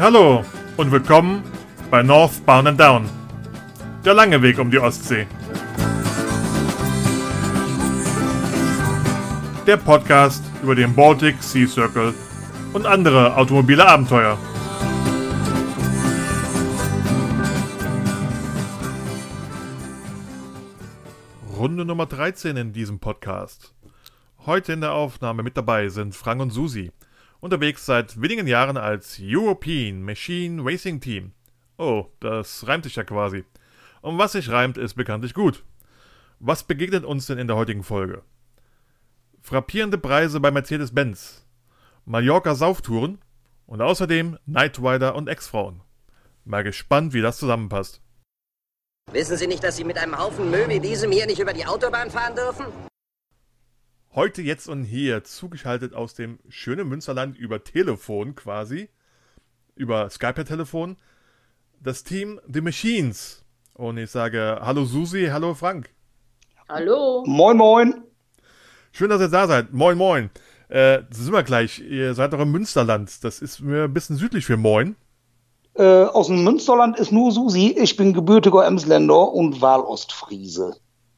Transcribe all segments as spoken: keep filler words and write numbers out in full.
Hallo und willkommen bei Northbound and Down. Der lange Weg um die Ostsee. Der Podcast über den Baltic Sea Circle und andere automobile Abenteuer. Runde Nummer dreizehn in diesem Podcast. Heute in der Aufnahme mit dabei sind Frank und Susi. Unterwegs seit wenigen Jahren als European Machine Racing Team. Oh, das reimt sich ja quasi. Und was sich reimt, ist bekanntlich gut. Was begegnet uns denn in der heutigen Folge? Frappierende Preise bei Mercedes-Benz, Mallorca-Sauftouren und außerdem Knight Rider und Ex-Frauen. Mal gespannt, wie das zusammenpasst. Wissen Sie nicht, dass Sie mit einem Haufen Müll wie diesem hier nicht über die Autobahn fahren dürfen? Heute, jetzt und hier, zugeschaltet aus dem schönen Münsterland über Telefon quasi, über Skype per Telefon, das Team The Machines. Und ich sage Hallo Susi, hallo Frank. Hallo. Moin, moin. Schön, dass ihr da seid. Moin, moin. Äh, das sind wir gleich. Ihr seid doch im Münsterland. Das ist mir ein bisschen südlich für Moin. Äh, aus dem Münsterland ist nur Susi. Ich bin gebürtiger Emsländer und Wahlostfriese.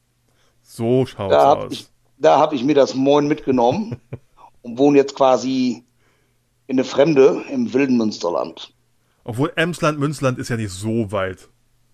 So schaut's da hab aus. Ich, da habe ich mir das Moin mitgenommen und wohne jetzt quasi in der Fremde im wilden Münsterland. Obwohl Emsland, Münsterland ist ja nicht so weit.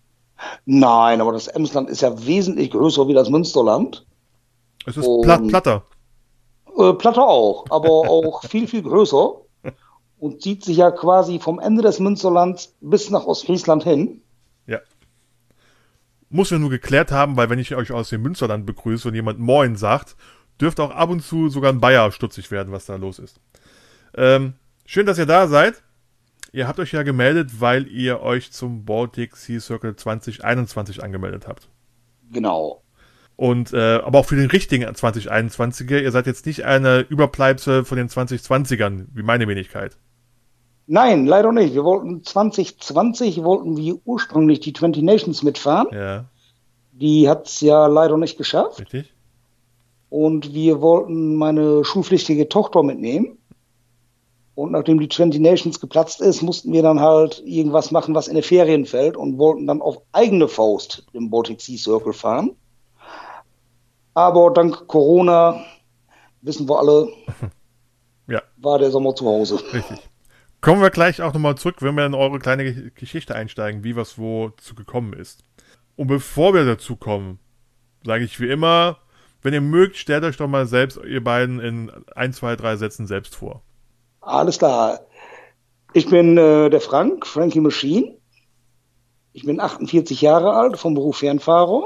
Nein, aber das Emsland ist ja wesentlich größer wie das Münsterland. Es ist platt, platter. Äh, platter auch, aber auch viel, viel größer. Und zieht sich ja quasi vom Ende des Münsterlands bis nach Ostfriesland hin. Ja. Muss ja nur geklärt haben, weil wenn ich euch aus dem Münsterland begrüße und jemand Moin sagt, dürfte auch ab und zu sogar ein Bayer stutzig werden, was da los ist. Ähm, schön, dass ihr da seid. Ihr habt euch ja gemeldet, weil ihr euch zum Baltic Sea Circle zwanzig einundzwanzig angemeldet habt. Genau. Und äh, aber auch für den richtigen zwanzig einundzwanziger. Ihr seid jetzt nicht eine Überbleibsel von den zwanzig zwanzigern, wie meine Wenigkeit. Nein, leider nicht. Wir wollten zwanzig zwanzig wollten wir ursprünglich die zwanzig Nations mitfahren. Ja. Die hat's ja leider nicht geschafft. Richtig. Und wir wollten meine schulpflichtige Tochter mitnehmen. Und nachdem die zwanzig Nations geplatzt ist, mussten wir dann halt irgendwas machen, was in die Ferien fällt und wollten dann auf eigene Faust im Baltic Sea Circle fahren. Aber dank Corona, wissen wir alle, ja. war der Sommer zu Hause. Richtig. Kommen wir gleich auch nochmal zurück, wenn wir in eure kleine Geschichte einsteigen, wie was wo zu gekommen ist. Und bevor wir dazu kommen, sage ich wie immer, wenn ihr mögt, stellt euch doch mal selbst, ihr beiden, in ein, zwei, drei Sätzen selbst vor. Alles klar. Ich bin äh, der Frank, Frankie Machine. Ich bin achtundvierzig Jahre alt, vom Beruf Fernfahrer.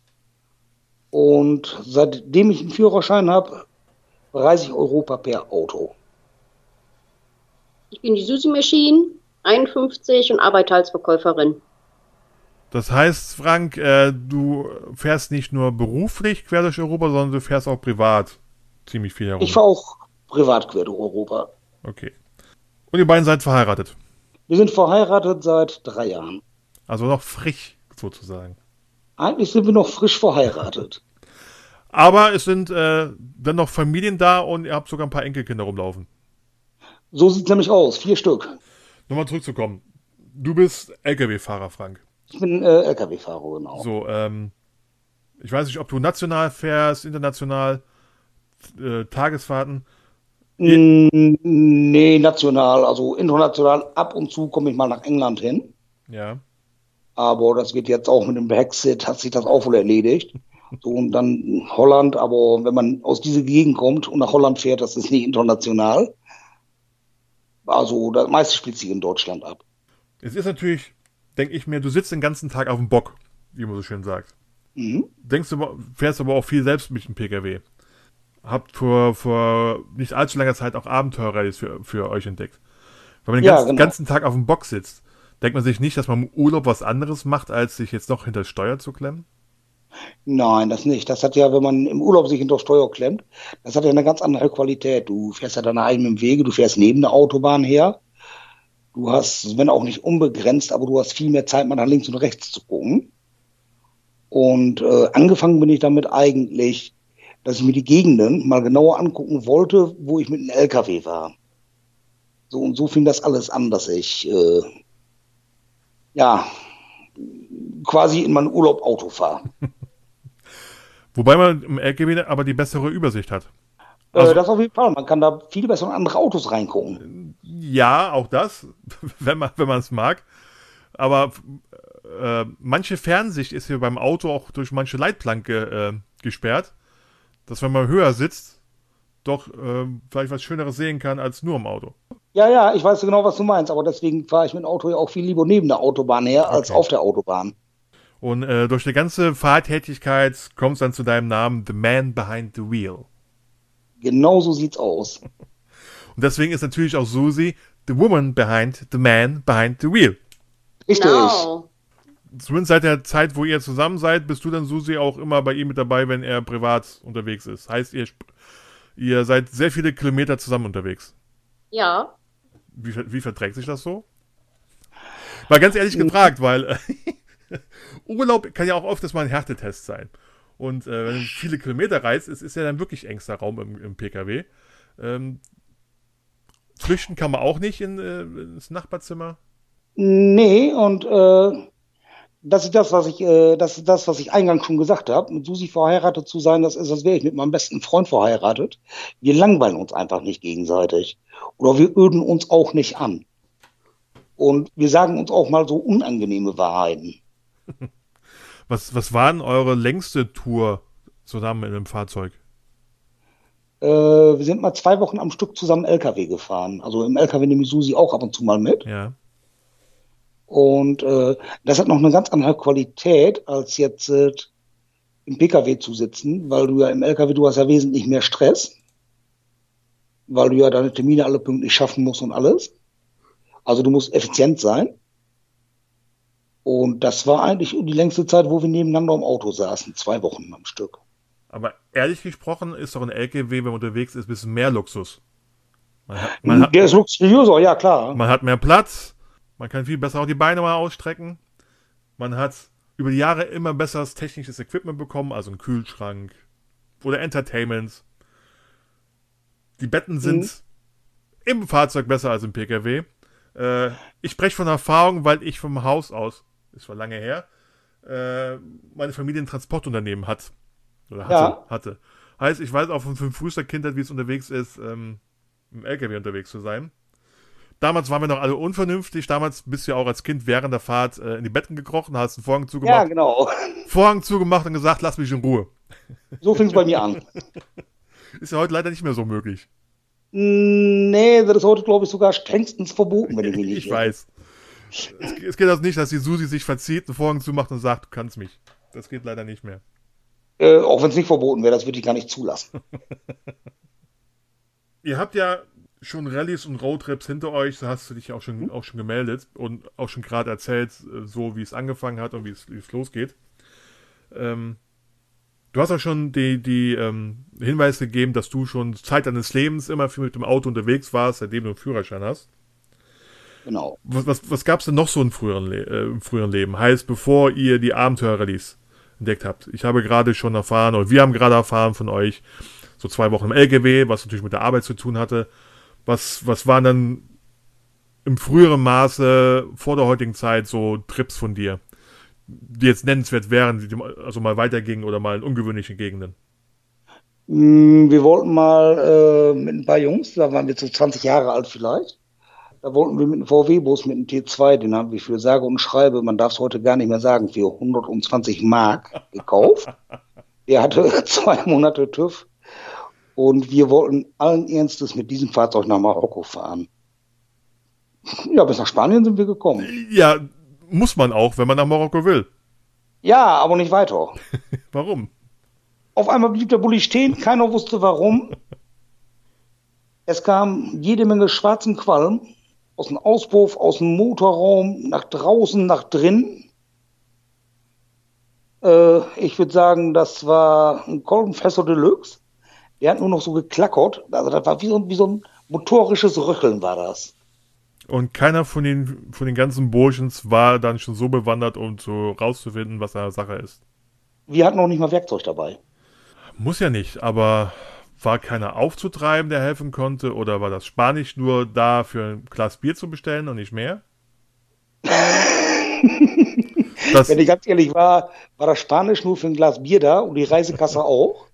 Und seitdem ich einen Führerschein habe, reise ich Europa per Auto. Ich bin die Susi Machine, einundfünfzig und arbeite als Verkäuferin. Das heißt, Frank, äh, du fährst nicht nur beruflich quer durch Europa, sondern du fährst auch privat ziemlich viel herum. Ich fahre auch privat quer durch Europa. Okay. Und ihr beiden seid verheiratet? Wir sind verheiratet seit drei Jahren. Also noch frisch, sozusagen. Eigentlich sind wir noch frisch verheiratet. Aber es sind äh, dann noch Familien da und ihr habt sogar ein paar Enkelkinder rumlaufen. So sieht es nämlich aus, vier Stück. Nochmal zurückzukommen. Du bist L K W-Fahrer, Frank. Ich bin äh, L K W-Fahrer, genau. So, ähm, ich weiß nicht, ob du national fährst, international, äh, Tagesfahrten. Mm, nee, national, also international. Ab und zu komme ich mal nach England hin. Ja. Aber das wird jetzt auch mit dem Brexit, hat sich das auch wohl erledigt. So, und dann Holland, aber wenn man aus dieser Gegend kommt und nach Holland fährt, das ist nicht international. Also das meiste spielt sich in Deutschland ab. Es ist natürlich, denke ich mir, du sitzt den ganzen Tag auf dem Bock, wie man so schön sagt. Mhm. Denkst du, fährst aber auch viel selbst mit dem P K W. Habt vor, vor nicht allzu langer Zeit auch Abenteuerrallyes für, für euch entdeckt. Wenn man den Ja, ganzen, genau. ganzen Tag auf dem Bock sitzt, denkt man sich nicht, dass man im Urlaub was anderes macht, als sich jetzt noch hinter das Steuer zu klemmen? Nein, das nicht. Das hat ja, wenn man im Urlaub sich hinter Steuer klemmt, das hat ja eine ganz andere Qualität. Du fährst ja deine eigenen Wege, du fährst neben der Autobahn her. Du hast, wenn auch nicht unbegrenzt, aber du hast viel mehr Zeit, mal nach links und rechts zu gucken. Und äh, angefangen bin ich damit eigentlich, dass ich mir die Gegenden mal genauer angucken wollte, wo ich mit einem L K W war. So und so fing das alles an, dass ich äh, ja quasi in meinen Urlaub Auto fahre. Wobei man im L K W aber die bessere Übersicht hat. Also, Also, äh, das auf jeden Fall. Man kann da viel besser in andere Autos reingucken. ja, auch das, wenn man wenn man es mag. Aber äh, manche Fernsicht ist hier beim Auto auch durch manche Leitplanke äh, gesperrt, dass wenn man höher sitzt, doch äh, vielleicht was Schöneres sehen kann als nur im Auto. Ja, ja, ich weiß genau, was du meinst, aber deswegen fahre ich mit dem Auto ja auch viel lieber neben der Autobahn her, als Okay. auf der Autobahn. Und äh, durch die ganze Fahrtätigkeit kommt es dann zu deinem Namen The Man Behind the Wheel. Genau so sieht's aus. Und deswegen ist natürlich auch Susi The Woman Behind the Man Behind the Wheel. Richtig. Genau. Zumindest seit der Zeit, wo ihr zusammen seid, bist du dann, Susi, auch immer bei ihm mit dabei, wenn er privat unterwegs ist. Heißt, ihr, sp- ihr seid sehr viele Kilometer zusammen unterwegs. Ja. Wie, ver- wie verträgt sich das so? Mal ganz ehrlich gefragt, weil äh, Urlaub kann ja auch oft mal ein Härtetest sein. Und äh, wenn du viele Kilometer reist, ist, ist ja dann wirklich engster Raum im, im P K W. Ähm, flüchten kann man auch nicht in, äh, ins Nachbarzimmer. Nee, und äh, das ist das, was ich, äh, das ist das, was ich eingangs schon gesagt habe. Mit Susi verheiratet zu sein, das ist, als wäre ich mit meinem besten Freund verheiratet. Wir langweilen uns einfach nicht gegenseitig. Oder wir öden uns auch nicht an. Und wir sagen uns auch mal so unangenehme Wahrheiten. Was, was war denn eure längste Tour zusammen in einem Fahrzeug? Äh, wir sind mal zwei Wochen am Stück zusammen L K W gefahren. Also im L K W nehme ich Susi auch ab und zu mal mit. Ja. Und äh, das hat noch eine ganz andere Qualität, als jetzt äh, im P K W zu sitzen, weil du ja im L K W, du hast ja wesentlich mehr Stress, weil du ja deine Termine alle pünktlich schaffen musst und alles. Also du musst effizient sein. Und das war eigentlich die längste Zeit, wo wir nebeneinander im Auto saßen, zwei Wochen am Stück. Aber ehrlich gesprochen ist doch ein L K W, wenn man unterwegs ist, ein bisschen mehr Luxus. Man hat, man hat, Der ist luxuriöser, ja klar. man hat mehr Platz, man kann viel besser auch die Beine mal ausstrecken. Man hat über die Jahre immer besseres technisches Equipment bekommen, also einen Kühlschrank oder Entertainment. Die Betten sind Mhm. im Fahrzeug besser als im P K W. Äh, ich spreche von Erfahrung, weil ich vom Haus aus, ist schon lange her, äh, meine Familie ein Transportunternehmen hat. Oder hatte. Ja. hatte. Heißt, ich weiß auch von, von frühester Kindheit, wie es unterwegs ist, ähm, im L K W unterwegs zu sein. Damals waren wir noch alle unvernünftig. Damals bist du ja auch als Kind während der Fahrt äh, in die Betten gekrochen, hast einen Vorhang Ja, zugemacht, genau. Vorhang zugemacht und gesagt, lass mich in Ruhe. So fing es bei mir an. Ist ja heute leider nicht mehr so möglich. Mm, Nee, das ist heute, glaube ich, sogar strengstens verboten, wenn ich mich nicht Ich irre. weiß. Es, es geht also nicht, dass die Susi sich verzieht, einen Vorhang zumacht und sagt, du kannst mich. Das geht leider nicht mehr. Äh, auch wenn es nicht verboten wäre, das würde ich gar nicht zulassen. Ihr habt ja schon Rallyes und Roadtrips hinter euch, da hast du dich auch schon, auch schon gemeldet und auch schon gerade erzählt, äh, so wie es angefangen hat und wie es, wie es losgeht. Ähm, du hast auch schon die, die ähm, Hinweise gegeben, dass du schon Zeit deines Lebens immer viel mit dem Auto unterwegs warst, seitdem du einen Führerschein hast. Genau. Was, was, was gab es denn noch so im früheren, Le äh, im früheren Leben? Heißt, bevor ihr die Abenteuer-Rallyes entdeckt habt. Ich habe gerade schon erfahren, oder wir haben gerade erfahren von euch, so zwei Wochen im L K W, was natürlich mit der Arbeit zu tun hatte. Was, was waren dann im früheren Maße, vor der heutigen Zeit, so Trips von dir, die jetzt nennenswert wären, die also mal weitergingen oder mal in ungewöhnliche Gegenden? Mm, Wir wollten mal äh, mit ein paar Jungs, da waren wir so zwanzig Jahre alt vielleicht, da wollten wir mit einem V W-Bus, mit einem T zwei, den haben wir für sage und schreibe, man darf es heute gar nicht mehr sagen, für hundertzwanzig Mark gekauft. Der hatte zwei Monate TÜV und wir wollten allen Ernstes mit diesem Fahrzeug nach Marokko fahren. Ja, bis nach Spanien sind wir gekommen. Ja, muss man auch, wenn man nach Marokko will. Ja, aber nicht weiter. Warum? Auf einmal blieb der Bulli stehen, keiner wusste warum. Es kam jede Menge schwarzen Qualm aus dem Auspuff, aus dem Motorraum, nach draußen, nach drin. Äh, ich würde sagen, das war ein Kolbenfässer Deluxe. Der hat nur noch so geklackert. Also das war wie so, wie so ein motorisches Röcheln war das. Und keiner von den, von den ganzen Burschens war dann schon so bewandert, um so rauszufinden, was eine Sache ist. Wir hatten noch nicht mal Werkzeug dabei. Muss ja nicht, aber War keiner aufzutreiben, der helfen konnte? Oder war das Spanisch nur da für ein Glas Bier zu bestellen und nicht mehr? Das, Wenn ich ganz ehrlich war, war das Spanisch nur für ein Glas Bier da und die Reisekasse auch.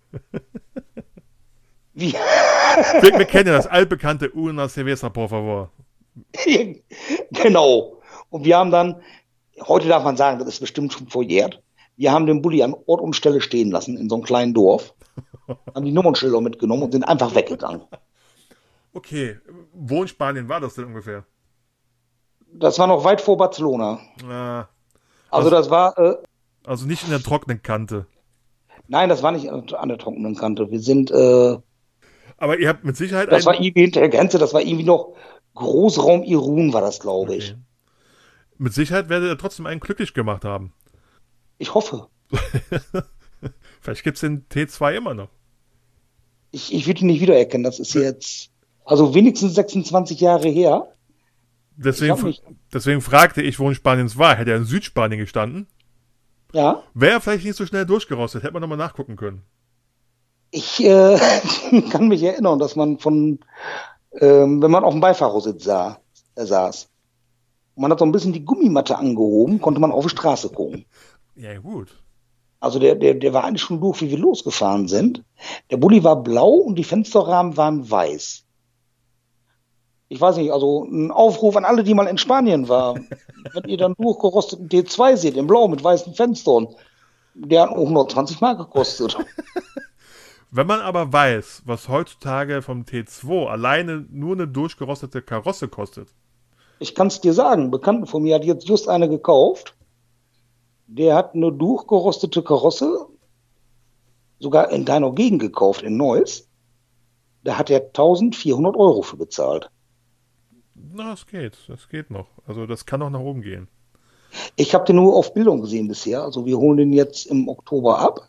Wie? wir, wir kennen ja das altbekannte Una cerveza, por favor. Genau. Und wir haben dann, heute darf man sagen, das ist bestimmt schon verjährt, wir haben den Bulli an Ort und Stelle stehen lassen, in so einem kleinen Dorf, haben die Nummernschilder mitgenommen und sind einfach weggegangen. Okay, wo in Spanien war das denn ungefähr? Das war noch weit vor Barcelona. Ah, Also, also das war... Äh, also nicht in der trockenen Kante. Nein, das war nicht an der trockenen Kante. Wir sind... Äh, Aber ihr habt mit Sicherheit... Das war irgendwie hinter der Grenze, das war irgendwie noch Großraum Irun, war das, glaube ich. Okay. Mit Sicherheit werdet ihr trotzdem einen glücklich gemacht haben. Ich hoffe. Vielleicht gibt es den T zwei immer noch. Ich, ich würde ihn nicht wiedererkennen. Das ist jetzt also wenigstens sechsundzwanzig Jahre her. Deswegen, deswegen fragte ich, wo in Spanien es war. Hätte er in Südspanien gestanden? Ja. Wäre er vielleicht nicht so schnell durchgerostet. Hätte man nochmal nachgucken können. Ich äh, kann mich erinnern, dass man von, ähm, wenn man auf dem Beifahrersitz sah, äh, saß, und man hat so ein bisschen die Gummimatte angehoben, konnte man auf die Straße gucken. Ja, gut. Also der, der, der war eigentlich schon durch, wie wir losgefahren sind. Der Bulli war blau und die Fensterrahmen waren weiß. Ich weiß nicht, also ein Aufruf an alle, die mal in Spanien waren. Wenn ihr dann durchgerosteten T zwei seht, in blau mit weißen Fenstern, der hat nur hundertzwanzig Mark gekostet. Wenn man aber weiß, was heutzutage vom T zwei alleine nur eine durchgerostete Karosse kostet. Ich kann es dir sagen, ein Bekannter von mir hat jetzt just eine gekauft. Der hat eine durchgerostete Karosse, sogar in deiner Gegend gekauft, in Neuss. Da hat er eintausendvierhundert Euro für bezahlt. Na, es geht, das geht noch. Also das kann auch nach oben gehen. Ich habe den nur auf Bildung gesehen bisher. Also wir holen den jetzt im Oktober ab.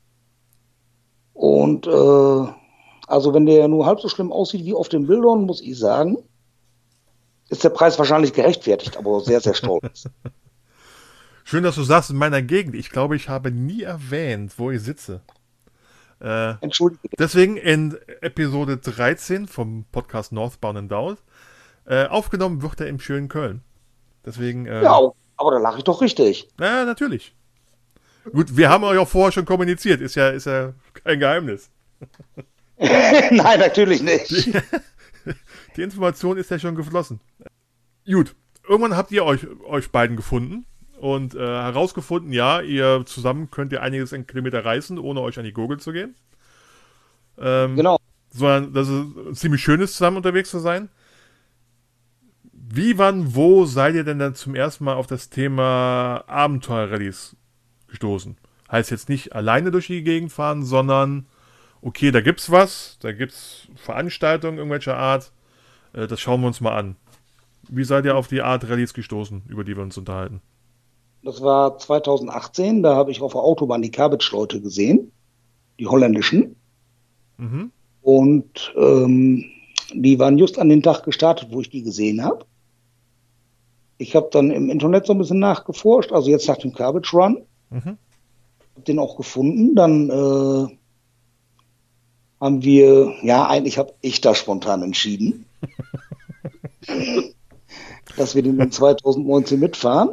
Und äh, also wenn der nur halb so schlimm aussieht wie auf den Bildern, muss ich sagen, ist der Preis wahrscheinlich gerechtfertigt, aber sehr, sehr stolz. Schön, dass du sagst, in meiner Gegend. Ich glaube, ich habe nie erwähnt, wo ich sitze. Äh, Entschuldige. Deswegen in Episode dreizehn vom Podcast Northbound and Down äh, aufgenommen wird er im schönen Köln. Deswegen. Äh, Ja, aber da lache ich doch richtig. Na, natürlich. Gut, wir haben euch auch vorher schon kommuniziert. Ist ja, ist ja kein Geheimnis. Nein, natürlich nicht. Die, die Information ist ja schon geflossen. Gut, irgendwann habt ihr euch, euch beiden gefunden und äh, herausgefunden, ja, ihr zusammen könnt ihr einiges an Kilometer reißen, ohne euch an die Gurgel zu gehen. Ähm, Genau. Sondern das ist ziemlich schönes, zusammen unterwegs zu sein. Wie, wann, wo seid ihr denn dann zum ersten Mal auf das Thema Abenteuer-Rallyes gestoßen? Heißt jetzt nicht alleine durch die Gegend fahren, sondern okay, da gibt's was, da gibt's Veranstaltungen irgendwelcher Art, äh, das schauen wir uns mal an. Wie seid ihr auf die Art Rallyes gestoßen, über die wir uns unterhalten? Das war zweitausendachtzehn, da habe ich auf der Autobahn die Cabbage-Leute gesehen, die holländischen. Mhm. Und ähm, die waren just an den Tag gestartet, wo ich die gesehen habe. Ich habe dann im Internet so ein bisschen nachgeforscht, also jetzt nach dem Cabbage Run. Mhm. Hab den auch gefunden. Dann äh, haben wir, ja, eigentlich habe ich da spontan entschieden, dass wir den in zweitausendneunzehn mitfahren.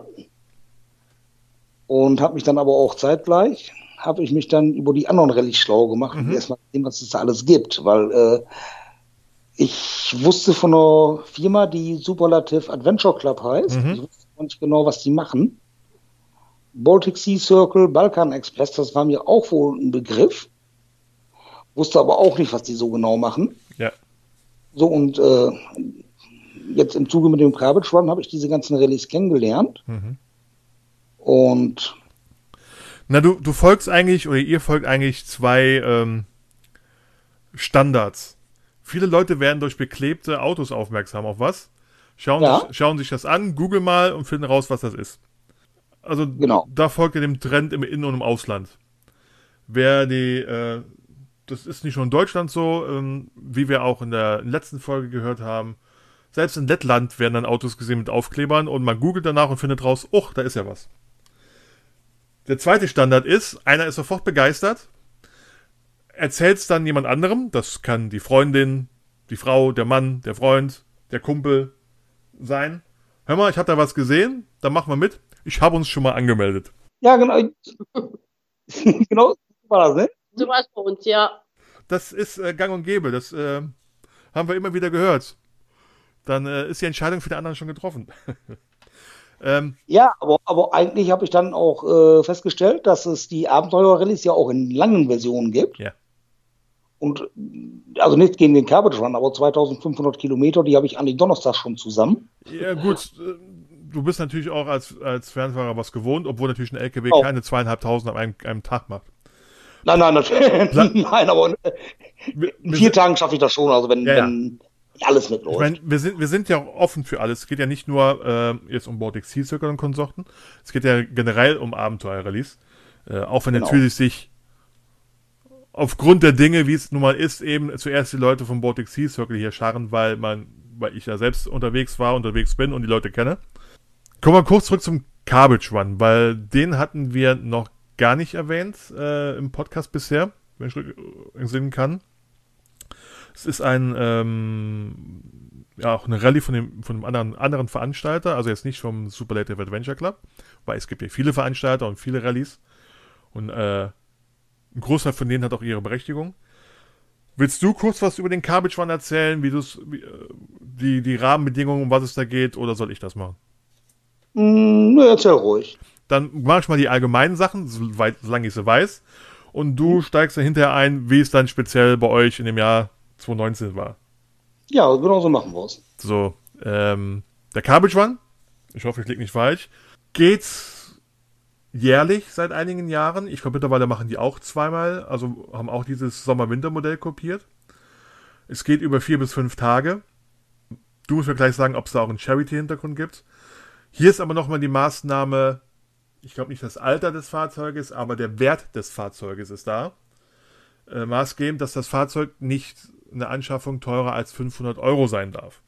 Und habe mich dann aber auch zeitgleich, habe ich mich dann über die anderen Rallyes schlau gemacht Mhm. und erstmal sehen, was es da alles gibt. Weil äh, ich wusste von einer Firma, die Superlative Adventure Club heißt. Mhm. Ich wusste noch nicht genau, was die machen. Baltic Sea Circle, Balkan Express, das war mir auch wohl ein Begriff. Wusste aber auch nicht, was die so genau machen. Ja. So, und äh, jetzt im Zuge mit dem Cabbage Run habe ich diese ganzen Rallyes kennengelernt. Mhm. Und Na, du, du folgst eigentlich, oder ihr folgt eigentlich zwei ähm, Standards. Viele Leute werden durch beklebte Autos aufmerksam auf was, schauen, Ja. sich, schauen sich das an, googeln mal und finden raus, was das ist. Also Genau. da folgt ihr dem Trend im In- und im Ausland. Wer die, äh, das ist nicht nur in Deutschland so, ähm, wie wir auch in der letzten Folge gehört haben, selbst in Lettland werden dann Autos gesehen mit Aufklebern und man googelt danach und findet raus, oh, da ist ja was. Der zweite Standard ist, einer ist sofort begeistert, erzähl's dann jemand anderem. Das kann die Freundin, die Frau, der Mann, der Freund, der Kumpel sein. Hör mal, ich habe da was gesehen, dann machen wir mit. Ich habe uns schon mal angemeldet. Ja, genau. Genau, so war das, ne? So war es bei uns, ja. Das ist äh, gang und gäbe. Das äh, haben wir immer wieder gehört. Dann äh, ist die Entscheidung für die anderen schon getroffen. ähm, Ja, aber, aber eigentlich habe ich dann auch äh, festgestellt, dass es die Abenteuer-Rallyes ja auch in langen Versionen gibt. Ja. Und also nicht gegen den Cabbage Run, aber zweitausendfünfhundert Kilometer, die habe ich an den Donnerstag schon zusammen. Ja, gut. äh, Du bist natürlich auch als, als Fernfahrer was gewohnt, obwohl natürlich ein L K W Oh. keine zweieinhalbtausend an einem, einem Tag macht. Nein, nein, natürlich. Pla- Nein, aber äh, Wir, in wir vier sind, Tagen schaffe ich das schon, also wenn, Ja, ja. wenn alles ich mitläuft. meine, wir sind, wir sind ja auch offen für alles. Es geht ja nicht nur äh, jetzt um Baltic Sea Circle und Konsorten. Es geht ja generell um Abenteuer-Rallyes. Äh, auch wenn Genau. natürlich sich aufgrund der Dinge, wie es nun mal ist, eben zuerst die Leute vom Baltic Sea Circle hier scharren, weil man, weil ich ja selbst unterwegs war, unterwegs bin und die Leute kenne. Kommen wir kurz zurück zum Cabbage Run, weil den hatten wir noch gar nicht erwähnt äh, im Podcast bisher, wenn ich entsinnen kann. Es ist ein ähm, ja auch eine Rallye von dem von einem anderen anderen Veranstalter, also jetzt nicht vom Superlative Adventure Club, weil es gibt ja viele Veranstalter und viele Rallyes und äh, ein Großteil von denen hat auch ihre Berechtigung. Willst du kurz was über den Cabbage Run erzählen, wie du's, wie, äh, die die Rahmenbedingungen, um was es da geht, oder soll ich das machen? Hm, nö, erzähl ruhig. Dann mach ich mal die allgemeinen Sachen, soweit, solange ich sie weiß. Und du steigst dann hinterher ein, wie es dann speziell bei euch in dem Jahr zwanzig neunzehn war. Ja, genau so machen wir es. So, ähm, der Cabbage Run, ich hoffe, ich liege nicht falsch, geht jährlich seit einigen Jahren. Ich glaube, mittlerweile machen die auch zweimal, also haben auch dieses Sommer-Winter-Modell kopiert. Es geht über vier bis fünf Tage. Du musst mir gleich sagen, ob es da auch einen Charity-Hintergrund gibt. Hier ist aber nochmal die Maßnahme, ich glaube nicht das Alter des Fahrzeuges, aber der Wert des Fahrzeuges ist da. Äh, maßgebend, dass das Fahrzeug nicht eine Anschaffung teurer als fünfhundert Euro sein darf.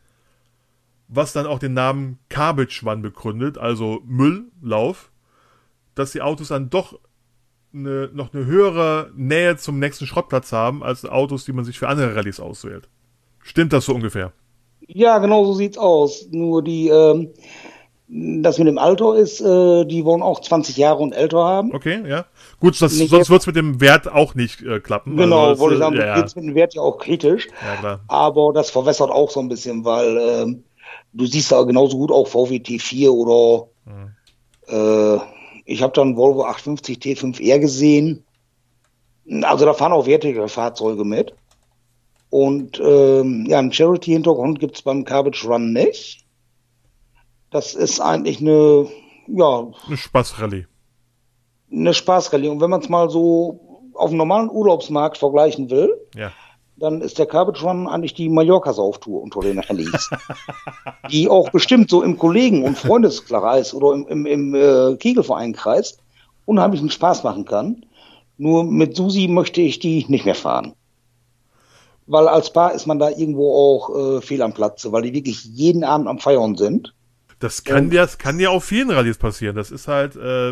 Was dann auch den Namen Cabbage Run begründet, also Mülllauf, dass die Autos dann doch eine, noch eine höhere Nähe zum nächsten Schrottplatz haben, als Autos, die man sich für andere Rallyes auswählt. Stimmt das so ungefähr? Ja, genau so sieht's aus. Nur die, ähm, das mit dem Alter ist, äh, die wollen auch zwanzig Jahre und älter haben. Okay, ja. Gut, das, Nicht sonst jetzt- wird es mit dem Wert auch nicht äh, klappen. Genau, Also, wollte ich das, sagen, äh, du ja, ja. geht's mit dem Wert ja auch kritisch. Ja, klar. Aber das verwässert auch so ein bisschen, weil ähm, du siehst da genauso gut auch V W T vier oder Mhm. äh, ich habe dann Volvo achthundertfünfzig T fünf R gesehen. Also da fahren auch wertige Fahrzeuge mit. Und ähm, ja, einen Charity-Hintergrund gibt's beim Cabbage Run nicht. Das ist eigentlich eine, ja, Eine Spaßrallye. eine Spaßrallye. Und wenn man es mal so auf einem normalen Urlaubsmarkt vergleichen will, Ja. dann ist der Cabbage Run eigentlich die Mallorca-Sauftour unter den Rallyes. Die auch bestimmt so im Kollegen- und Freundeskreis oder im, im, im äh, Kegelvereinkreis unheimlichen Spaß machen kann. Nur mit Susi möchte ich die nicht mehr fahren. Weil als Paar ist man da irgendwo auch äh, fehl am Platze, weil die wirklich jeden Abend am Feiern sind. Das kann, ja, das kann ja auf vielen Rallyes passieren. Das ist halt, äh, äh,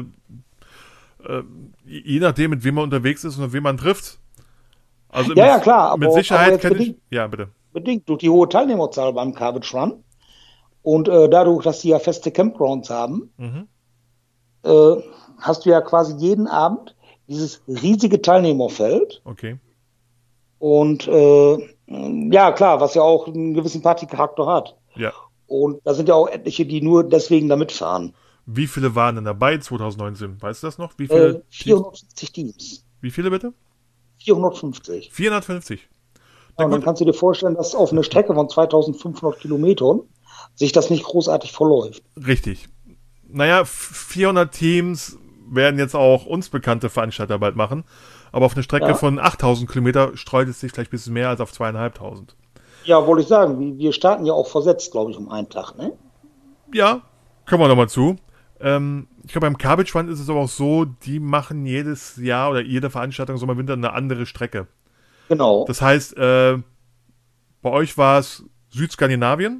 je nachdem, mit wem man unterwegs ist und mit wem man trifft. Also Ja, mit, ja, klar, aber- mit aber Sicherheit jetzt kann ich. bedingt- Ja, bitte. Bedingt durch die hohe Teilnehmerzahl beim Cabbage Run und äh, dadurch, dass die ja feste Campgrounds haben, Mhm. äh, hast du ja quasi jeden Abend dieses riesige Teilnehmerfeld. Okay. Und äh, ja, klar, was ja auch einen gewissen Partycharakter hat. Ja. Und da sind ja auch etliche, die nur deswegen da mitfahren. Wie viele waren denn dabei zwanzig neunzehn? Weißt du das noch? Wie viele? Äh, vierhundertfünfzig Teams. Wie viele bitte? vierhundertfünfzig. vierhundertfünfzig. Ja, und dann kannst du dir vorstellen, dass auf eine Strecke von zweitausendfünfhundert Kilometern sich das nicht großartig verläuft. Richtig. Naja, vierhundert Teams werden jetzt auch uns bekannte Veranstalter bald machen. Aber auf eine Strecke Ja. von achttausend Kilometer streut es sich vielleicht ein bisschen mehr als auf zweitausendfünfhundert. Ja, wollte ich sagen, wir- wir starten ja auch versetzt, glaube ich, um einen Tag, ne? Ja, kommen wir nochmal zu. Ähm, ich glaube, beim Cabbage Run ist es aber auch so, die machen jedes Jahr oder jede Veranstaltung Sommer, Winter eine andere Strecke. Genau, Das heißt, äh, bei euch war es Südskandinavien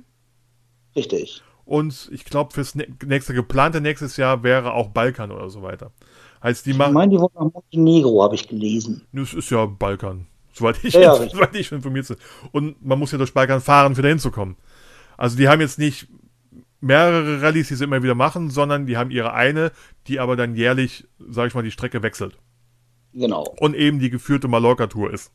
richtig. und ich glaube, fürs nä- nächste geplante nächstes Jahr wäre auch Balkan oder so weiter. Heißt, die Ich machen. meine, die wollten nach Montenegro, habe ich gelesen. Das ist ja Balkan. Soweit ich, Ja, ja, richtig. soweit ich informiert bin. Und man muss ja durch Balkan fahren, um da hinzukommen. Also die haben jetzt nicht mehrere Rallyes, die sie immer wieder machen, sondern die haben ihre eine, die aber dann jährlich, sag ich mal, die Strecke wechselt. Genau. Und eben die geführte Mallorca-Tour ist.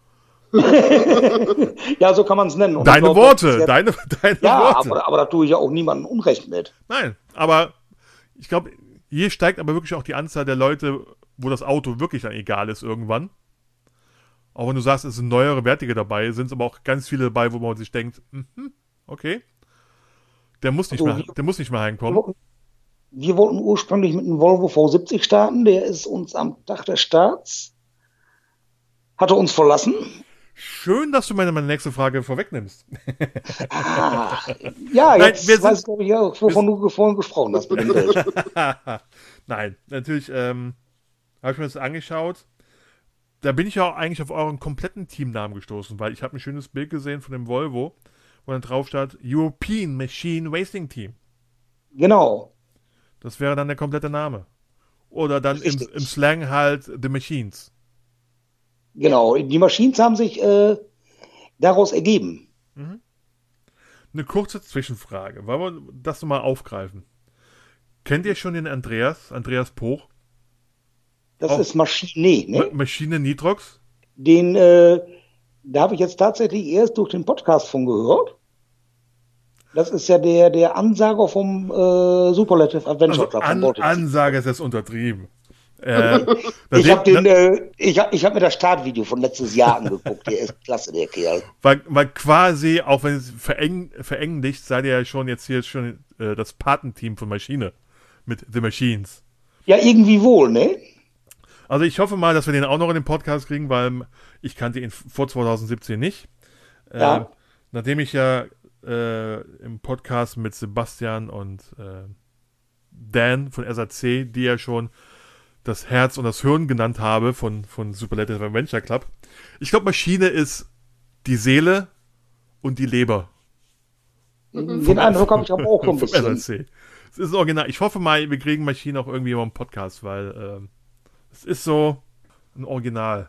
Ja, so kann man es nennen. Und ich Deine glaub, Worte, das ist ja, deine, deine ja, Worte. aber, aber da tue ich ja auch niemandem Unrecht mit. Nein, aber ich glaube, hier steigt aber wirklich auch die Anzahl der Leute, wo das Auto wirklich dann egal ist irgendwann. Auch wenn du sagst, es sind neuere, wertige dabei, sind es aber auch ganz viele dabei, wo man sich denkt, mhm, okay, der muss nicht Also mehr, wir, der muss nicht mehr wir, heimkommen. wollten, wir wollten ursprünglich mit einem Volvo V siebzig starten. Der ist uns am Tag des Starts, hatte uns verlassen. Schön, dass du meine, meine nächste Frage vorwegnimmst. Ah, ja, Nein, jetzt wir sind- weiß ich, glaube ich, ja, wovon du vorhin gesprochen hast mit dem Bild. Nein, natürlich ähm, habe ich mir das angeschaut. Da bin ich ja auch eigentlich auf euren kompletten Teamnamen gestoßen, weil ich habe ein schönes Bild gesehen von dem Volvo, wo dann drauf stand European Machine Racing Team. Genau, Das wäre dann der komplette Name. Oder dann im, Richtig. im Slang halt The Machines. genau. Die Machines haben sich äh, daraus ergeben. Eine kurze Zwischenfrage. Wollen wir das nochmal aufgreifen? Kennt ihr schon den Andreas, Andreas Poch? Das Auch- ist Maschine, Ma ne? Maschine Nitrox? Den, äh, da habe ich jetzt tatsächlich erst durch den Podcast von gehört. Das ist ja der, der Ansager vom äh, Superlative Adventure Also Club von an, Baltic. Ansage ist jetzt untertrieben. Äh, Ich habe nachdem- den, äh, ich hab, ich hab mir das Startvideo von letztes Jahr angeguckt. Der ist klasse, der Kerl. Weil, weil quasi, auch wenn es vereng, verenglischt, seid ihr ja schon jetzt hier schon äh, das Patenteam von Maschine mit The Machines. Ja, irgendwie wohl, ne? Also ich hoffe mal, dass wir den auch noch in den Podcast kriegen, weil ich kannte ihn vor zwanzig siebzehn nicht. Äh, Ja. Nachdem ich ja äh, im Podcast mit Sebastian und äh, Dan von S A C, die ja schon das Herz und das Hirn genannt habe von, von Superlative Adventure Club. Ich glaube, Maschine ist die Seele und die Leber. Den Eindruck habe ich aber auch so ein vom S A bisschen. C. Es ist original. Ich hoffe mal, wir kriegen Maschine auch irgendwie mal im Podcast, weil ähm, es ist so ein Original.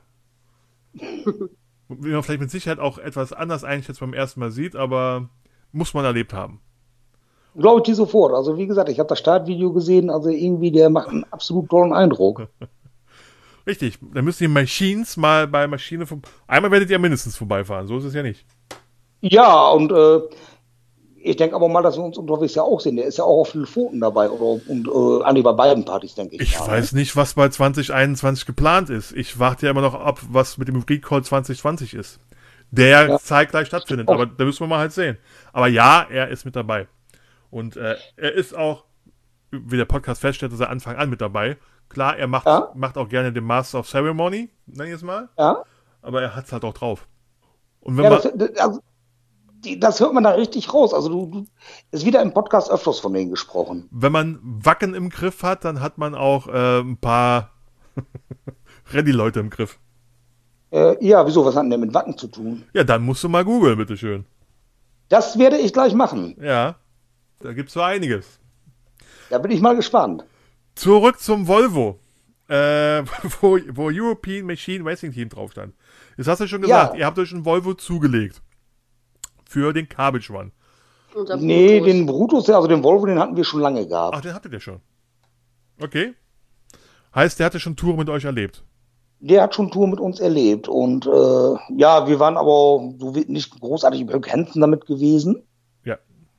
Wie man vielleicht mit Sicherheit auch etwas anders einschätzt beim ersten Mal sieht, aber muss man erlebt haben. Glaube ich dir sofort. Also wie gesagt, ich habe das Startvideo gesehen. Also irgendwie, der macht einen absolut tollen Eindruck. Richtig, dann müssen die Machines mal bei Maschine vom. Einmal werdet ihr mindestens vorbeifahren, so ist es ja nicht. Ja, und äh, ich denke aber mal, dass wir uns unterwegs ja auch sehen. Der ist ja auch auf den Pfoten dabei. Oder, und äh, an bei beiden Partys, denke ich. Ich mal, weiß nicht, was bei zwanzig einundzwanzig geplant ist. Ich warte ja immer noch ab, was mit dem Recall zwanzig zwanzig ist. Der Ja. zeitgleich stattfindet, Auch. aber da müssen wir mal halt sehen. Aber ja, er ist mit dabei. Und äh, er ist auch, wie der Podcast feststellt, ist er Anfang an mit dabei. Klar, er macht, Ja. macht auch gerne den Master of Ceremony, nenn ich es mal, Ja, aber er hat es halt auch drauf. Und wenn ja man, das, das, also, die, das hört man da richtig raus. Also du, du ist wieder im Podcast öfters von denen gesprochen. wenn man Wacken im Griff hat, dann hat man auch äh, ein paar Ready-Leute im Griff. Äh, ja, wieso? Was hat denn der mit Wacken zu tun? Ja, dann musst du mal googeln, bitteschön. Das werde ich gleich machen. Ja, da gibt's so einiges. Da bin ich mal gespannt. Zurück zum Volvo, äh, wo, wo European Machine Racing Team drauf stand. Jetzt hast du schon gesagt, Ja. ihr habt euch einen Volvo zugelegt. Für den Cabbage Run. Unser Nee, Brutus. den Brutus, also den Volvo, den hatten wir schon lange gehabt. Ach, den hattet ihr schon. Okay. Heißt, der hatte schon Touren mit euch erlebt. Der hat schon Tour mit uns erlebt. Und äh, ja, wir waren aber so wie- nicht großartig im Höchhänzen damit gewesen. Ja.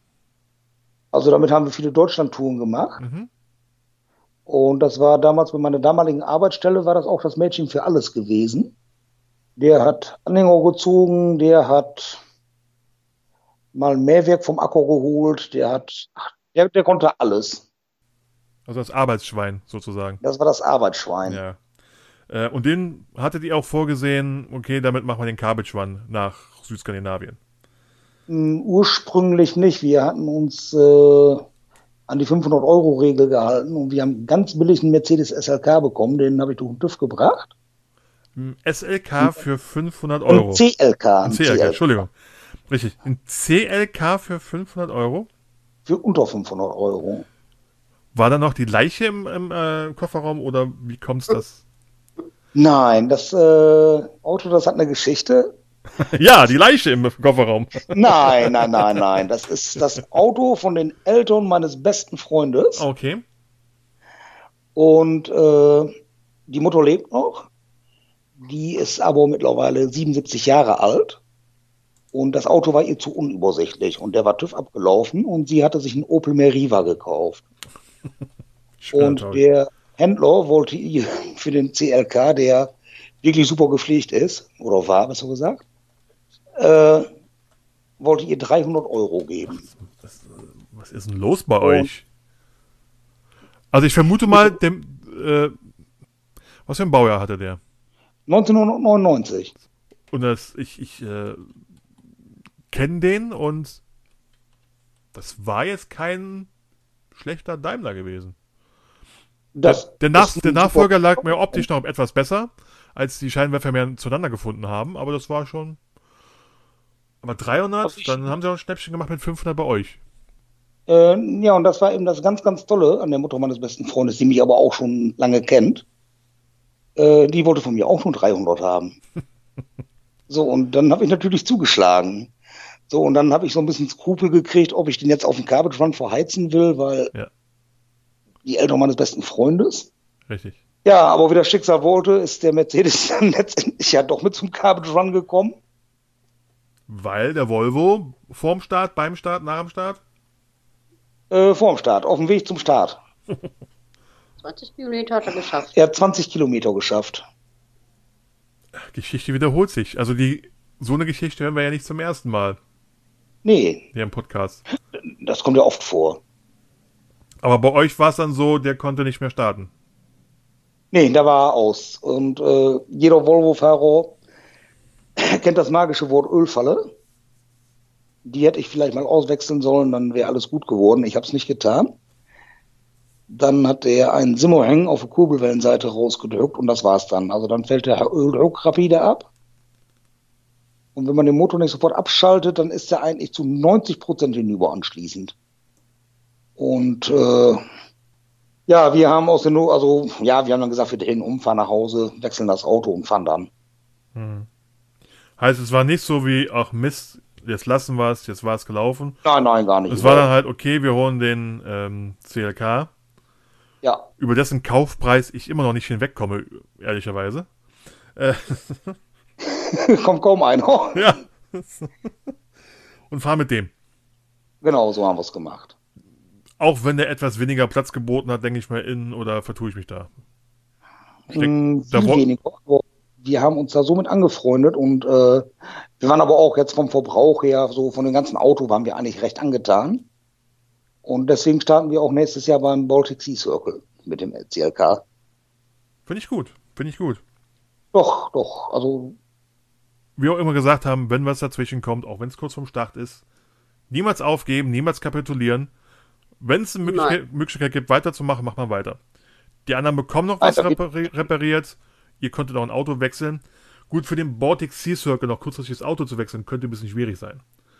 Also damit haben wir viele Deutschland-Touren gemacht. Mhm. Und das war damals bei meiner damaligen Arbeitsstelle, war das auch das Mädchen für alles gewesen. Der hat Anhänger gezogen, der hat mal ein Mähwerk vom Acker geholt, der hat, ach, der, der konnte alles. Also das Arbeitsschwein sozusagen. Das war das Arbeitsschwein. Ja. Äh, und den hattet ihr auch vorgesehen, okay, damit machen wir den Cabbage Run nach Südskandinavien. Mm, Ursprünglich nicht. Wir hatten uns äh, an die fünfhundert-Euro-Regel gehalten und wir haben ganz billig einen Mercedes S L K bekommen, den habe ich durch den TÜV gebracht. Ein S L K für fünfhundert Euro. Ein C L K. Ein C L K, Entschuldigung. Richtig. Ein C L K für fünfhundert Euro. Für unter fünfhundert Euro. War da noch die Leiche im, im äh, Kofferraum oder wie kommt's das? Nein, das äh, Auto, das hat eine Geschichte. Ja, die Leiche im Kofferraum. Nein, nein, nein, nein. Das ist das Auto von den Eltern meines besten Freundes. Okay. Und äh, die Mutter lebt noch. Die ist aber mittlerweile siebenundsiebzig Jahre alt. Und das Auto war ihr zu unübersichtlich. Und der war TÜV abgelaufen und sie hatte sich einen Opel Meriva gekauft. Und der Händler wollte ihr für den C L K, der wirklich super gepflegt ist, oder war, besser gesagt, äh, wollte ihr dreihundert Euro geben. Was, was ist denn los bei und euch? Also ich vermute mal, dem, äh, was für ein Baujahr hatte der? neunzehnhundertneunundneunzig. Und das, ich, ich äh, kenne den und das war jetzt kein schlechter Daimler gewesen. Das der, der, Nach, der Nachfolger lag mir optisch noch etwas besser, als die Scheinwerfer mehr zueinander gefunden haben, aber das war schon... Aber dreihundert, dann haben sie auch ein Schnäppchen gemacht mit fünfhundert bei euch. Äh, ja, und das war eben das ganz, ganz Tolle an der Mutter meines besten Freundes, die mich aber auch schon lange kennt. Äh, die wollte von mir auch nur dreihundert haben. So, und dann habe ich natürlich zugeschlagen. So, und dann habe ich so ein bisschen Skrupel gekriegt, ob ich den jetzt auf dem Carpet Run verheizen will, weil ja. die Eltern meines besten Freundes. Richtig. Ja, aber wie das Schicksal wollte, ist der Mercedes dann letztendlich ja doch mit zum Carpet Run gekommen. Weil der Volvo vorm Start, beim Start, nach dem Start? Äh, vorm Start, auf dem Weg zum Start. zwanzig Kilometer hat er geschafft. Er hat zwanzig Kilometer geschafft. Geschichte wiederholt sich. Also die so eine Geschichte hören wir ja nicht zum ersten Mal. Nee. Hier im Podcast. Das kommt ja oft vor. Aber bei euch war es dann so, der konnte nicht mehr starten. Nee, da war er aus. Und äh, jeder Volvo-Fahrer kennt das magische Wort Ölfalle. Die hätte ich vielleicht mal auswechseln sollen, dann wäre alles gut geworden. Ich habe es nicht getan. Dann hat er einen Simmerhang auf der Kurbelwellenseite rausgedrückt und das war's dann. Also dann fällt der Öldruck rapide ab. Und wenn man den Motor nicht sofort abschaltet, dann ist er eigentlich zu neunzig Prozent hinüber anschließend. Und äh, ja, wir haben aus den, no- also ja, wir haben dann gesagt, wir drehen um, fahren nach Hause, wechseln das Auto und fahren dann. Hm. Heißt, es war nicht so wie, ach Mist, jetzt lassen wir es, jetzt war es gelaufen. Nein, nein, gar nicht. Es war dann halt, okay, wir holen den ähm, C L K. Ja. Über dessen Kaufpreis ich immer noch nicht hinwegkomme, ehrlicherweise. Äh, Kommt kaum einer. ja. Und fahr mit dem. Genau, so haben wir es gemacht. Auch wenn der etwas weniger Platz geboten hat, denke ich mal in, oder vertue ich mich da? Ich denk, Mm, da viel wo- weniger. Aber wir haben uns da so mit angefreundet und äh, wir waren aber auch jetzt vom Verbrauch her, so von dem ganzen Auto waren wir eigentlich recht angetan. Und deswegen starten wir auch nächstes Jahr beim Baltic Sea Circle mit dem C L K. Finde ich gut, finde ich gut. Doch, doch, also Wir auch immer gesagt haben, wenn was dazwischen kommt, auch wenn es kurz vorm Start ist, niemals aufgeben, niemals kapitulieren. Wenn es eine Möglichkeit, Möglichkeit gibt, weiterzumachen, macht man weiter. Die anderen bekommen noch was Weiter- repari- repariert. Ihr konntet auch ein Auto wechseln. Gut, für den Baltic Sea Circle noch kurzfristig das Auto zu wechseln, könnte ein bisschen schwierig sein.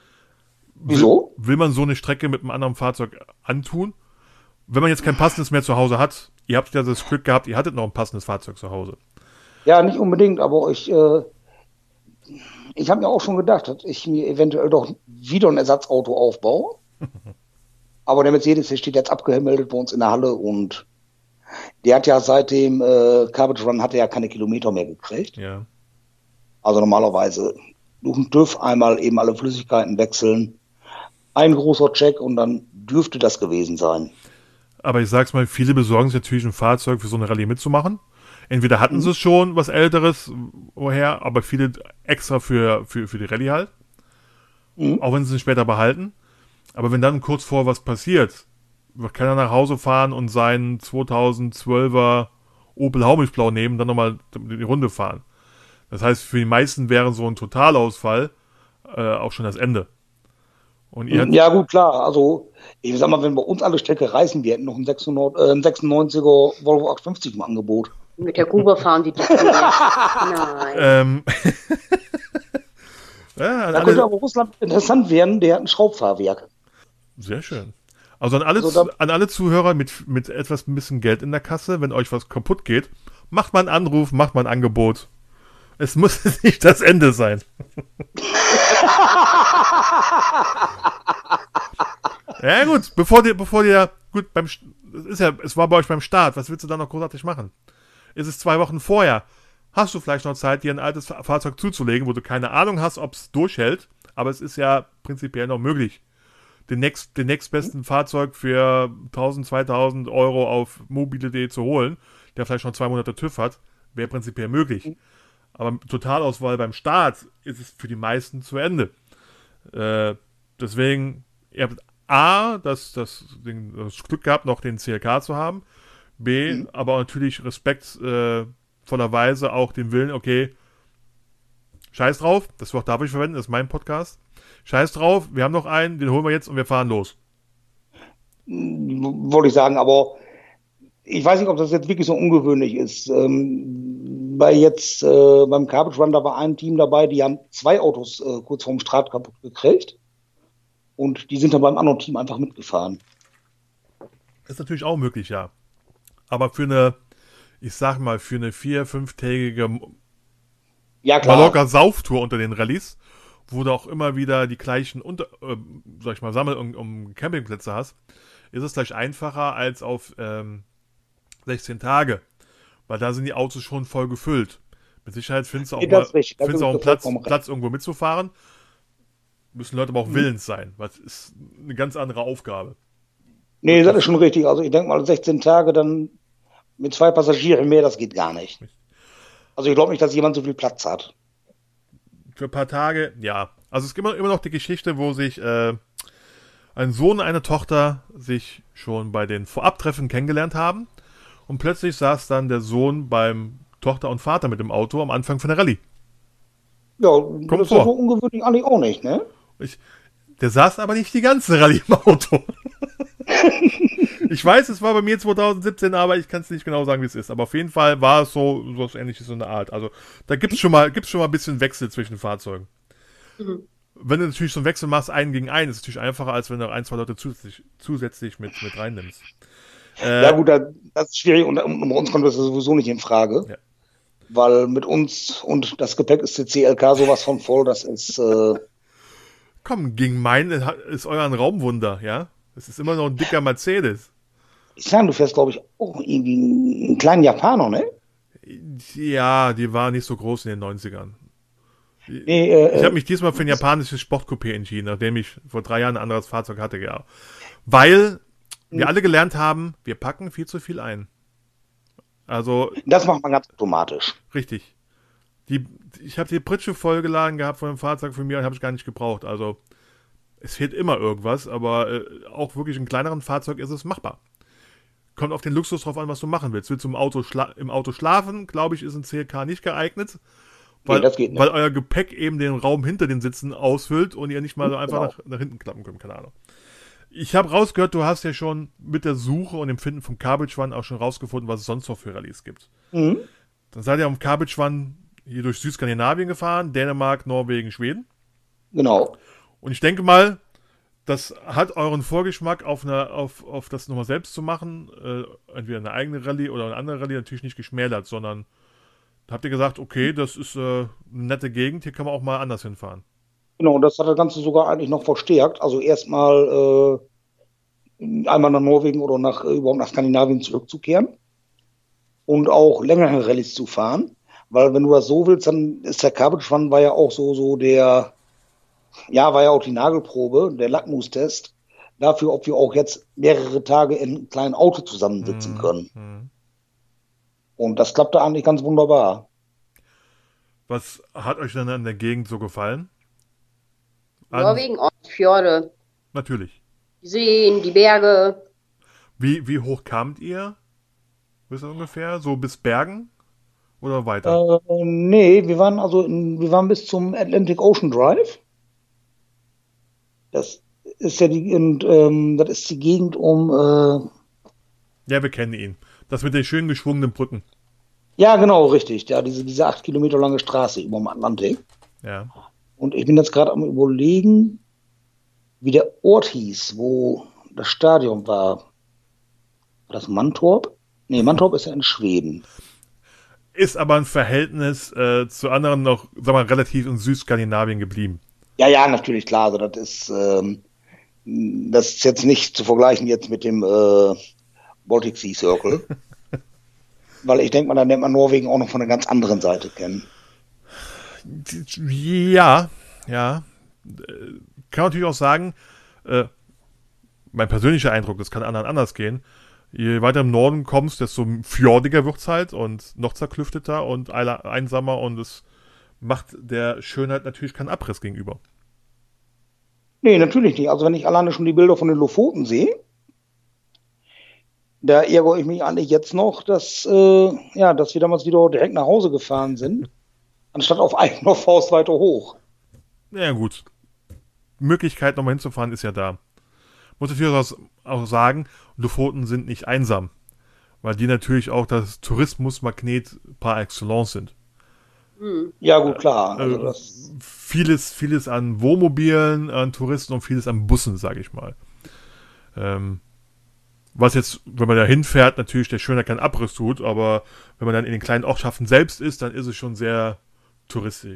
wieso? Will, will man so eine Strecke mit einem anderen Fahrzeug antun? Wenn man jetzt kein passendes mehr zu Hause hat, ihr habt ja das Glück gehabt, ihr hattet noch ein passendes Fahrzeug zu Hause. Ja, nicht unbedingt, aber ich, äh, ich habe mir auch schon gedacht, dass ich mir eventuell doch wieder ein Ersatzauto aufbaue. Aber der Mercedes, der steht jetzt abgemeldet bei uns in der Halle und der hat ja seit dem äh, Carpet Run hat er ja keine Kilometer mehr gekriegt. Ja. Also normalerweise durch den TÜV einmal eben alle Flüssigkeiten wechseln, ein großer Check und dann dürfte das gewesen sein. Aber ich sag's mal, viele besorgen sich natürlich ein Fahrzeug für so eine Rallye mitzumachen. Entweder hatten sie es schon, was Älteres, woher, aber viele extra für, für, für die Rallye halt. Mhm. Auch wenn sie es später behalten. Aber wenn dann kurz vor was passiert, kann er nach Hause fahren und seinen zweitausendzwölfer Opel Haumischblau nehmen und dann nochmal die Runde fahren. Das heißt, für die meisten wäre so ein Totalausfall äh, auch schon das Ende. Und ihr Ja gut, klar. Also ich sag mal, wenn bei uns alle Strecke reißen, wir hätten noch einen, sechshundert, äh, einen sechsundneunziger Volvo achthundertfünfzig im Angebot. Mit der Kuba fahren die nicht. Nein. ähm, ja, Da alle, könnte aber Russland interessant werden, der hat ein Schraubfahrwerk. sehr schön. Also an alle, Also da- an alle Zuhörer mit, mit etwas ein bisschen Geld in der Kasse, wenn euch was kaputt geht, macht mal einen Anruf, macht mal ein Angebot. Es muss nicht das Ende sein. Ja gut, bevor dir, bevor dir, gut, beim, es ist ja, es war bei euch beim Start, was willst du da noch großartig machen? Ist es zwei Wochen vorher? Hast du vielleicht noch Zeit, dir ein altes Fahrzeug zuzulegen, wo du keine Ahnung hast, ob es durchhält, aber es ist ja prinzipiell noch möglich. Den, nächst, den nächstbesten Fahrzeug für tausend, zweitausend Euro auf mobile punkt de zu holen, der vielleicht schon zwei Monate TÜV hat, wäre prinzipiell möglich. Aber Totalauswahl beim Start ist es für die meisten zu Ende. Äh, deswegen, ihr habt A, das, das, den, das Glück gehabt, noch den C L K zu haben. B, mhm. aber natürlich Respekt äh, vollerweise auch den Willen, okay, scheiß drauf, das Wort darf ich verwenden, das ist mein Podcast. Scheiß drauf, wir haben noch einen, den holen wir jetzt und wir fahren los. Wollte ich sagen, aber ich weiß nicht, ob das jetzt wirklich so ungewöhnlich ist. Ähm, bei jetzt äh, beim Garbage Run, da war ein Team dabei, die haben zwei Autos äh, kurz vorm Start kaputt gekriegt und die sind dann beim anderen Team einfach mitgefahren. Ist natürlich auch möglich, ja. Aber für eine, ich sag mal, für eine vier-, fünftägige ja, klar. Mallorca-Sauftour unter den Rallyes, wo du auch immer wieder die gleichen, unter, äh, sag ich mal, Sammel- um, um Campingplätze hast, ist es gleich einfacher als auf ähm, sechzehn Tage. Weil da sind die Autos schon voll gefüllt. Mit Sicherheit findest du auch, Nee, mal, das ist richtig. Da findest du auch einen gebe ich dir Platz, vollkommen recht. Platz irgendwo mitzufahren. Müssen Leute aber auch willens sein. Was ist eine ganz andere Aufgabe. Nee, das ist schon richtig. Also ich denke mal, sechzehn Tage dann mit zwei Passagieren mehr, das geht gar nicht. Also ich glaube nicht, dass jemand so viel Platz hat. Für ein paar Tage, ja. Also es gibt immer, immer noch die Geschichte, wo sich äh, ein Sohn und eine Tochter sich schon bei den Vorabtreffen kennengelernt haben. Und plötzlich saß dann der Sohn beim Tochter und Vater mit dem Auto am Anfang von der Rallye. Ja, Kommt das ist vor. ja so ungewöhnlich eigentlich auch nicht, ne? Ich, der saß aber nicht die ganze Rallye im Auto. Ich weiß, es war bei mir zwanzig siebzehn, aber ich kann es nicht genau sagen, wie es ist. Aber auf jeden Fall war es so, so was Ähnliches, so eine Art. Also da gibt es schon mal, gibt's schon mal ein bisschen Wechsel zwischen Fahrzeugen. Mhm. Wenn du natürlich so einen Wechsel machst, einen gegen einen, ist es natürlich einfacher, als wenn du ein, zwei Leute zusätzlich, zusätzlich mit, mit reinnimmst. Äh, Ja gut, da- das ist schwierig und um, um uns kommt das sowieso nicht in Frage. Ja. Weil mit uns und das Gepäck ist der C L K sowas von voll, das ist... Äh, Komm, gegen meinen ist euer ein Raumwunder, ja? Es ist immer noch ein dicker Mercedes. ich sage, du fährst, glaube ich, auch irgendwie einen kleinen Japaner, ne? Ja, die war nicht so groß in den neunzigern. Nee, äh, Ich habe mich diesmal für ein japanisches Sportcoupé entschieden, nachdem ich vor drei Jahren ein anderes Fahrzeug hatte, ja. Weil wir alle gelernt haben, wir packen viel zu viel ein. Also, das macht man ganz automatisch. richtig. Die, ich habe die Pritsche vollgeladen gehabt von dem Fahrzeug von mir und habe ich gar nicht gebraucht. Also, es fehlt immer irgendwas, aber äh, auch wirklich in kleineren Fahrzeug ist es machbar. Kommt auf den Luxus drauf an, was du machen willst. Willst du im Auto, schla- im Auto schlafen? Glaube ich, ist ein C L K nicht geeignet. Weil, Nee, das geht nicht. weil euer Gepäck eben den Raum hinter den Sitzen ausfüllt und ihr nicht mal so einfach Genau. nach, nach hinten klappen könnt, keine Ahnung. Ich habe rausgehört, du hast ja schon mit der Suche und dem Finden vom Garbage Run auch schon rausgefunden, was es sonst noch für Rallyes gibt. Mhm. Dann seid ihr am Garbage Run hier durch Südskandinavien gefahren, Dänemark, Norwegen, Schweden. Genau. Und ich denke mal, das hat euren Vorgeschmack auf, eine, auf, auf das nochmal selbst zu machen, äh, entweder eine eigene Rallye oder eine andere Rallye natürlich nicht geschmälert, sondern habt ihr gesagt, okay, das ist äh, eine nette Gegend, hier kann man auch mal anders hinfahren. Genau, und das hat das Ganze sogar eigentlich noch verstärkt. Also erstmal äh, einmal nach Norwegen oder nach, äh, überhaupt nach Skandinavien zurückzukehren und auch längere Rallyes zu fahren. Weil wenn du das so willst, dann ist der Garbage Run war ja auch so, so der, ja, war ja auch die Nagelprobe, der Lackmustest dafür, ob wir auch jetzt mehrere Tage in einem kleinen Auto zusammensitzen Mhm. können. Mhm. Und das klappte eigentlich ganz wunderbar. Was hat euch denn an der Gegend so gefallen? An- Norwegen, Ostfjorde, Natürlich. die Seen, die Berge. Wie, wie hoch kamt ihr? Wisst ihr ungefähr? So bis Bergen? Oder weiter? Äh, nee, wir waren also in, wir waren bis zum Atlantic Ocean Drive. Das ist ja die, und, ähm, das ist die Gegend um, äh, Ja, wir kennen ihn. Das mit den schön geschwungenen Brücken. ja genau, richtig, ja, diese, diese acht Kilometer lange Straße über dem Atlantik. Ja. Und ich bin jetzt gerade am überlegen, wie der Ort hieß, wo das Stadion war. War das Mantorp? Nee, Mantorp ist ja in Schweden. Ist aber ein Verhältnis äh, zu anderen noch, sag mal, relativ in Südskandinavien geblieben. Ja, ja, natürlich, klar. Also das ist, ähm, das ist jetzt nicht zu vergleichen jetzt mit dem äh, Baltic Sea Circle. Weil ich denke mal, da nennt man Norwegen auch noch von einer ganz anderen Seite kennen. Ja, ja. Kann natürlich auch sagen, äh, mein persönlicher Eindruck, das kann anderen anders gehen. Je weiter im Norden kommst, desto fjordiger wird's halt und noch zerklüfteter und einsamer und es macht der Schönheit natürlich keinen Abriss gegenüber. Nee, natürlich nicht. Also wenn ich alleine schon die Bilder von den Lofoten sehe, da ärgere ich mich eigentlich jetzt noch, dass, äh, ja, dass wir damals wieder direkt nach Hause gefahren sind, anstatt auf eigener Faust weiter hoch. Ja gut, Möglichkeit nochmal hinzufahren ist ja da. Muss natürlich auch sagen, Lofoten sind nicht einsam, weil die natürlich auch das Tourismusmagnet par excellence sind. Ja gut, klar. Also äh, das vieles, vieles an Wohnmobilen, an Touristen und vieles an Bussen, sage ich mal. Ähm, was jetzt, wenn man da hinfährt, natürlich der Schöner keinen Abriss tut, aber wenn man dann in den kleinen Ortschaften selbst ist, dann ist es schon sehr touristisch.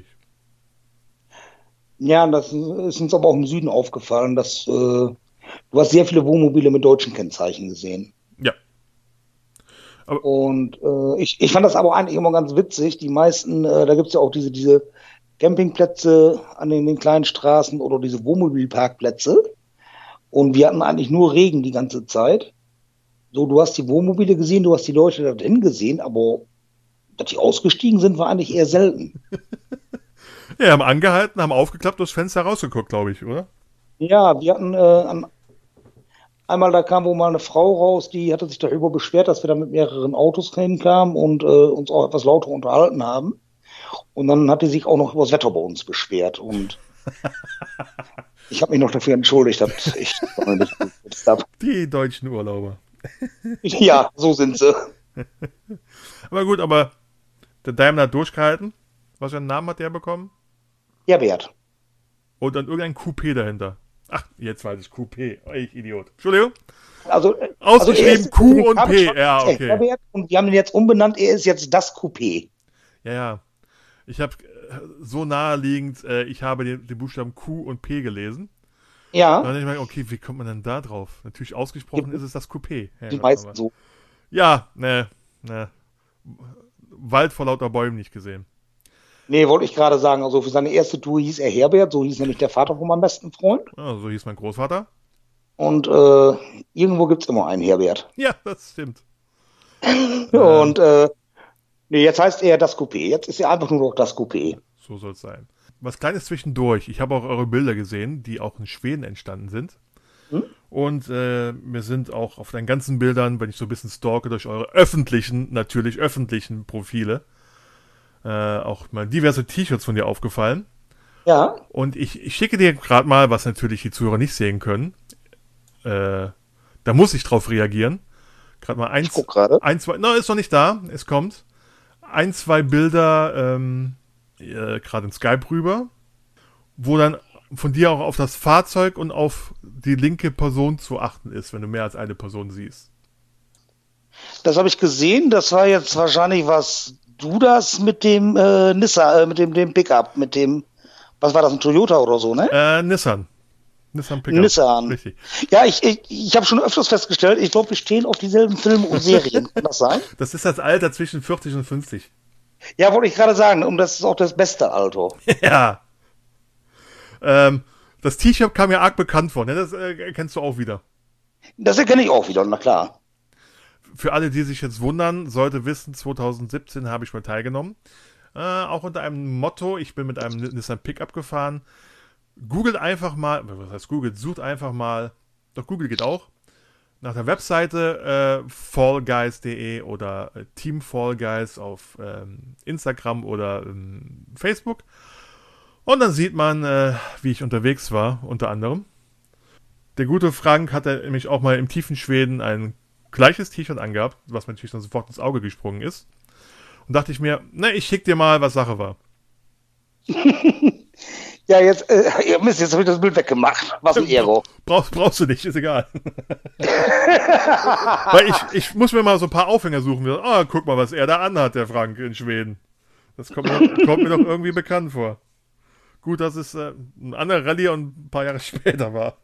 Ja, das ist uns aber auch im Süden aufgefallen, dass äh, du hast sehr viele Wohnmobile mit deutschen Kennzeichen gesehen. Ja. Aber und äh, ich, ich fand das aber eigentlich immer ganz witzig. Die meisten, äh, da gibt's ja auch diese, diese Campingplätze an den, den kleinen Straßen oder diese Wohnmobilparkplätze. Und wir hatten eigentlich nur Regen die ganze Zeit. So, du hast die Wohnmobile gesehen, du hast die Leute da drin gesehen, aber dass die ausgestiegen sind, war eigentlich eher selten. Ja, haben angehalten, haben aufgeklappt, durchs Fenster rausgeguckt, glaube ich, oder? Ja, wir hatten äh, an, einmal, da kam wohl mal eine Frau raus, die hatte sich darüber beschwert, dass wir da mit mehreren Autos hinkamen und äh, uns auch etwas lauter unterhalten haben. Und dann hat die sich auch noch über das Wetter bei uns beschwert. Und ich habe mich noch dafür entschuldigt, dass ich nicht gewusst habe. Die deutschen Urlauber. Ja, so sind sie. Aber gut, aber der Daimler hat durchgehalten. Was für einen Namen hat der bekommen? Herbert. Und dann irgendein Coupé dahinter. Ach, jetzt weiß ich Coupé. Oh, ich Idiot. Entschuldigung. Also, Ausgeschrieben also Q und P. Ja, okay. Herbert und wir haben ihn jetzt umbenannt. Er ist jetzt das Coupé. Ja, ja. Ich habe so naheliegend, äh, ich habe den, den Buchstaben Q und P gelesen. Ja. Dann habe ich mir gedacht, okay, wie kommt man denn da drauf? Natürlich ausgesprochen die, ist es das Coupé. Ja, die meisten so. Ja, ne, ne. Wald vor lauter Bäumen nicht gesehen. Nee, wollte ich gerade sagen. Also für seine erste Tour hieß er Herbert. So hieß nämlich der Vater von meinem besten Freund. Ja, so hieß mein Großvater. Und äh, irgendwo gibt's immer einen Herbert. Ja, das stimmt. Und äh, nee, jetzt heißt er das Coupé. Jetzt ist er einfach nur noch das Coupé. So soll es sein. Was Kleines zwischendurch. Ich habe auch eure Bilder gesehen, die auch in Schweden entstanden sind. Hm? Und äh, mir sind auch auf deinen ganzen Bildern, wenn ich so ein bisschen stalke, durch eure öffentlichen, natürlich öffentlichen Profile, äh, auch mal diverse T-Shirts von dir aufgefallen. Ja. Und ich, ich schicke dir gerade mal, was natürlich die Zuhörer nicht sehen können. Äh, da muss ich drauf reagieren. Gerade mal eins, ich guck gerade. ein, zwei, no, ist noch nicht da, es kommt. Ein, zwei Bilder, ähm, äh, gerade in Skype rüber, wo dann von dir auch auf das Fahrzeug und auf die linke Person zu achten ist, wenn du mehr als eine Person siehst. Das habe ich gesehen. Das war jetzt wahrscheinlich was du das mit dem äh, Nissan, äh, mit dem, dem Pickup, mit dem, was war das, ein Toyota oder so, ne? Äh, Nissan. Nissan Pickup. Nissan. Richtig. Ja, ich, ich, ich habe schon öfters festgestellt, ich glaube, wir stehen auf dieselben Filme und Serien. Kann das sein? Das ist das Alter zwischen vierzig und fünfzig. Ja, wollte ich gerade sagen. Und das ist auch das beste Alter. Ja. Ähm, das T-Shirt kam mir arg bekannt vor, ne? Das äh, kennst du auch wieder. Das erkenne ich auch wieder, na klar. Für alle, die sich jetzt wundern, sollte wissen, zwanzig siebzehn habe ich mal teilgenommen. Äh, auch unter einem Motto, ich bin mit einem Nissan Pickup gefahren. Googelt einfach mal, was heißt googelt, sucht einfach mal, doch Google geht auch, nach der Webseite äh, fallguys punkt de oder äh, Team Fallguys auf ähm, Instagram oder ähm, Facebook. Und dann sieht man, äh, wie ich unterwegs war, unter anderem. Der gute Frank hatte nämlich auch mal im tiefen Schweden ein gleiches T-Shirt angehabt, was mir natürlich dann sofort ins Auge gesprungen ist. Und dachte ich mir, na, ich schick dir mal, was Sache war. Ja, jetzt, äh, ihr Mist, jetzt habe ich das Bild weggemacht. Was ein Ego. Brauchst, brauchst du nicht, ist egal. Weil ich, ich muss mir mal so ein paar Aufhänger suchen. Ah, oh, guck mal, was er da anhat, der Frank in Schweden. Das kommt mir, kommt mir doch irgendwie bekannt vor. Gut, dass es äh, ein anderer Rallye und ein paar Jahre später war.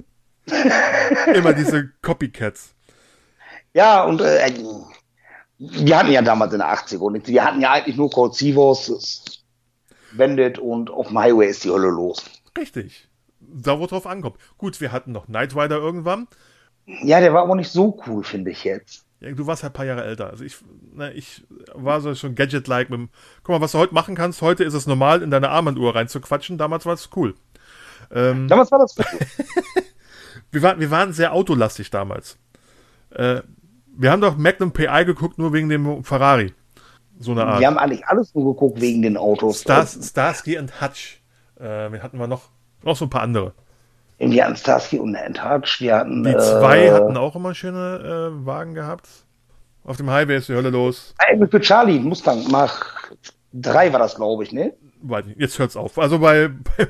Immer diese Copycats. Ja, und äh, wir hatten ja damals in der achtziger und wir hatten ja eigentlich nur Cold Seavers, Bandit und auf dem Highway ist die Hölle los. Richtig. Da, wo drauf ankommt. Gut, wir hatten noch Knight Rider irgendwann. Ja, der war aber nicht so cool, finde ich jetzt. Ja, du warst halt ein paar Jahre älter. Also ich, ne, ich war so schon Gadget-like. Mit dem, guck mal, was du heute machen kannst. Heute ist es normal, in deine Armbanduhr reinzuquatschen. Damals war es cool. Ähm, damals war das cool. wir, waren, wir waren sehr autolastig damals. Äh, wir haben doch Magnum P I geguckt, nur wegen dem Ferrari. So eine Art. Wir haben eigentlich alles nur geguckt wegen den Autos. Stars, Starsky und Hutch. Äh, wir hatten wir noch, noch so ein paar andere. Wir hatten Starsky und Hutch. Wir hatten, die zwei äh, hatten auch immer schöne äh, Wagen gehabt. Auf dem Highway ist die Hölle los. Eigentlich für Charlie, Mustang Mach drei war das, glaube ich, ne? Jetzt hört's auf. Also bei, bei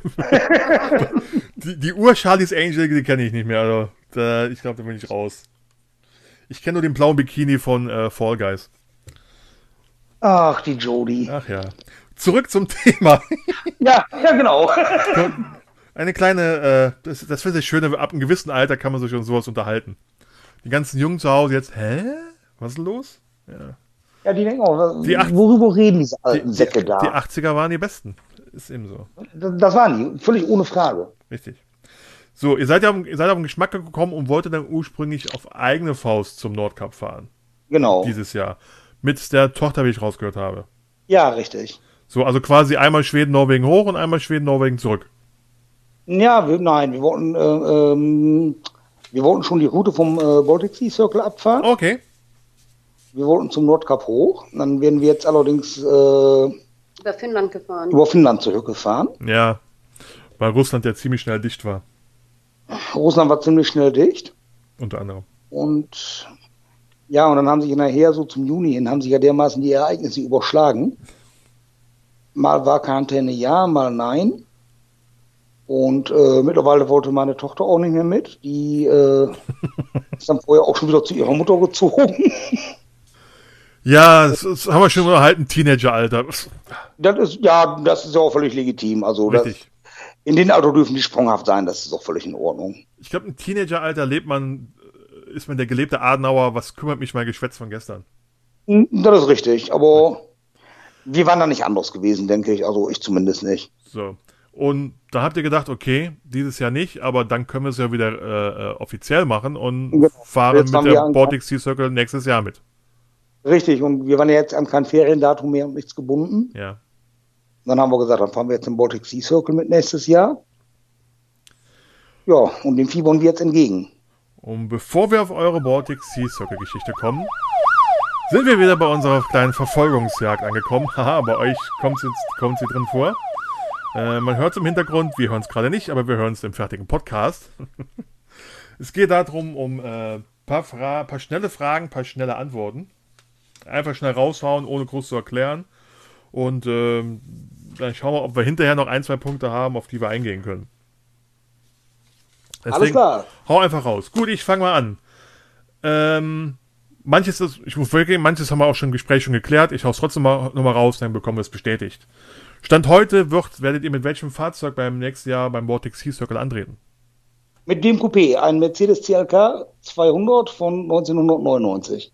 die, die Uhr Charlie's Angel, die kenne ich nicht mehr. Also da, ich glaube, da bin ich raus. Ich kenne nur den blauen Bikini von äh, Fall Guys. Ach, die Jodie. Ach ja. Zurück zum Thema. Ja, ja, genau. Eine kleine, äh, das, das finde ich schön, ab einem gewissen Alter kann man sich schon sowas unterhalten. Die ganzen Jungen zu Hause jetzt, hä? Was ist los? Ja, ja die denken auch, die acht- worüber reden diese alten die, Säcke die, da? Die achtziger waren die besten. Ist eben so. Das, das waren die, völlig ohne Frage. Richtig. So, ihr seid ja ihr seid auf den Geschmack gekommen und wolltet dann ursprünglich auf eigene Faust zum Nordkap fahren. Genau. Dieses Jahr. Mit der Tochter, wie ich rausgehört habe. Ja, richtig. So, also quasi einmal Schweden, Norwegen hoch und einmal Schweden, Norwegen zurück. Ja, wir, nein, wir wollten, äh, ähm, wir wollten schon die Route vom äh, Baltic Sea Circle abfahren. Okay. Wir wollten zum Nordkap hoch. Dann werden wir jetzt allerdings äh, Über Finnland gefahren. über Finnland zurückgefahren. Ja, weil Russland ja ziemlich schnell dicht war. Russland war ziemlich schnell dicht. Unter anderem. Und ja, und dann haben sich nachher so zum Juni hin, haben sich ja dermaßen die Ereignisse überschlagen. Mal war Quarantäne ja, mal nein. Und äh, mittlerweile wollte meine Tochter auch nicht mehr mit. Die äh, ist dann vorher auch schon wieder zu ihrer Mutter gezogen. Ja, das, das haben wir schon unterhalten, Teenageralter. Das ist, ja, das ist ja auch völlig legitim. Also das, Richtig. in den Alter dürfen die sprunghaft sein, das ist auch völlig in Ordnung. Ich glaube, im Teenageralter lebt man, ist man der gelebte Adenauer, was kümmert mich mein Geschwätz von gestern? Das ist richtig, aber wir waren da nicht anders gewesen, denke ich. Also ich zumindest nicht. So. Und da habt ihr gedacht, okay, dieses Jahr nicht, aber dann können wir es ja wieder äh, offiziell machen und Genau. fahren Jetzt haben mit der wir Baltic Sea Circle nächstes Jahr mit. Richtig, und wir waren ja jetzt an kein Feriendatum mehr und nichts gebunden. Ja. Dann haben wir gesagt, dann fahren wir jetzt im Baltic Sea Circle mit nächstes Jahr. Ja, und dem fiebern wir jetzt entgegen. Und bevor wir auf eure Baltic Sea Circle Geschichte kommen, sind wir wieder bei unserer kleinen Verfolgungsjagd angekommen. Haha, bei euch kommt sie, kommt sie drin vor. Äh, man hört es im Hintergrund, wir hören es gerade nicht, aber wir hören es im fertigen Podcast. Es geht darum, um ein äh, paar, Fra- paar schnelle Fragen, paar schnelle Antworten. Einfach schnell raushauen, ohne groß zu erklären. Und ähm, dann schauen wir, ob wir hinterher noch ein, zwei Punkte haben, auf die wir eingehen können. Deswegen, Alles klar. hau einfach raus. Gut, ich fange mal an. Ähm, manches ist, ich muss wirklich, manches haben wir auch schon im Gespräch schon geklärt. Ich hau's trotzdem mal, noch mal raus, dann bekommen wir es bestätigt. Stand heute wird, werdet ihr mit welchem Fahrzeug beim nächsten Jahr beim Baltic Sea Circle antreten? Mit dem Coupé, ein Mercedes C L K zweihundert von neunzehnhundertneunundneunzig.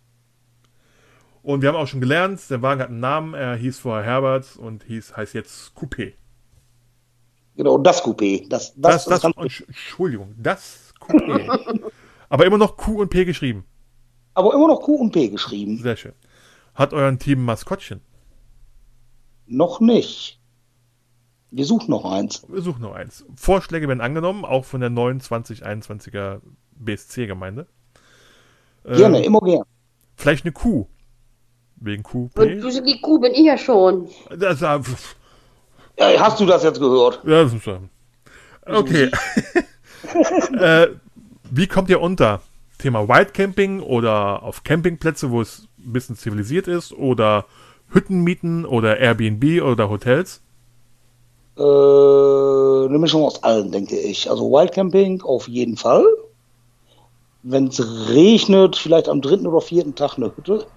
Und wir haben auch schon gelernt, der Wagen hat einen Namen, er hieß vorher Herbert und hieß, heißt jetzt Coupé. Genau, das Coupé. Das, das, Das, das, das Entschuldigung, das Coupé. Aber immer noch Q und P geschrieben. aber immer noch Q und P geschrieben. Sehr schön. Hat euer Team ein Maskottchen? Noch nicht. Wir suchen noch eins. Wir suchen noch eins. Vorschläge werden angenommen, auch von der neuen zwanzig einundzwanziger B S C-Gemeinde. Gerne, Ähm, immer gern. Vielleicht eine Kuh. Wegen Q Und P. du, die Kuh bin ich ja schon. Das, äh, Ja, hast du das jetzt gehört? ja, das ist, äh, okay. äh, wie kommt ihr unter? Thema Wildcamping oder auf Campingplätze, wo es ein bisschen zivilisiert ist, oder Hütten mieten oder Airbnb oder Hotels? Äh, eine Mischung aus allen, denke ich. Also Wildcamping auf jeden Fall. Wenn es regnet, vielleicht am dritten oder vierten Tag eine Hütte.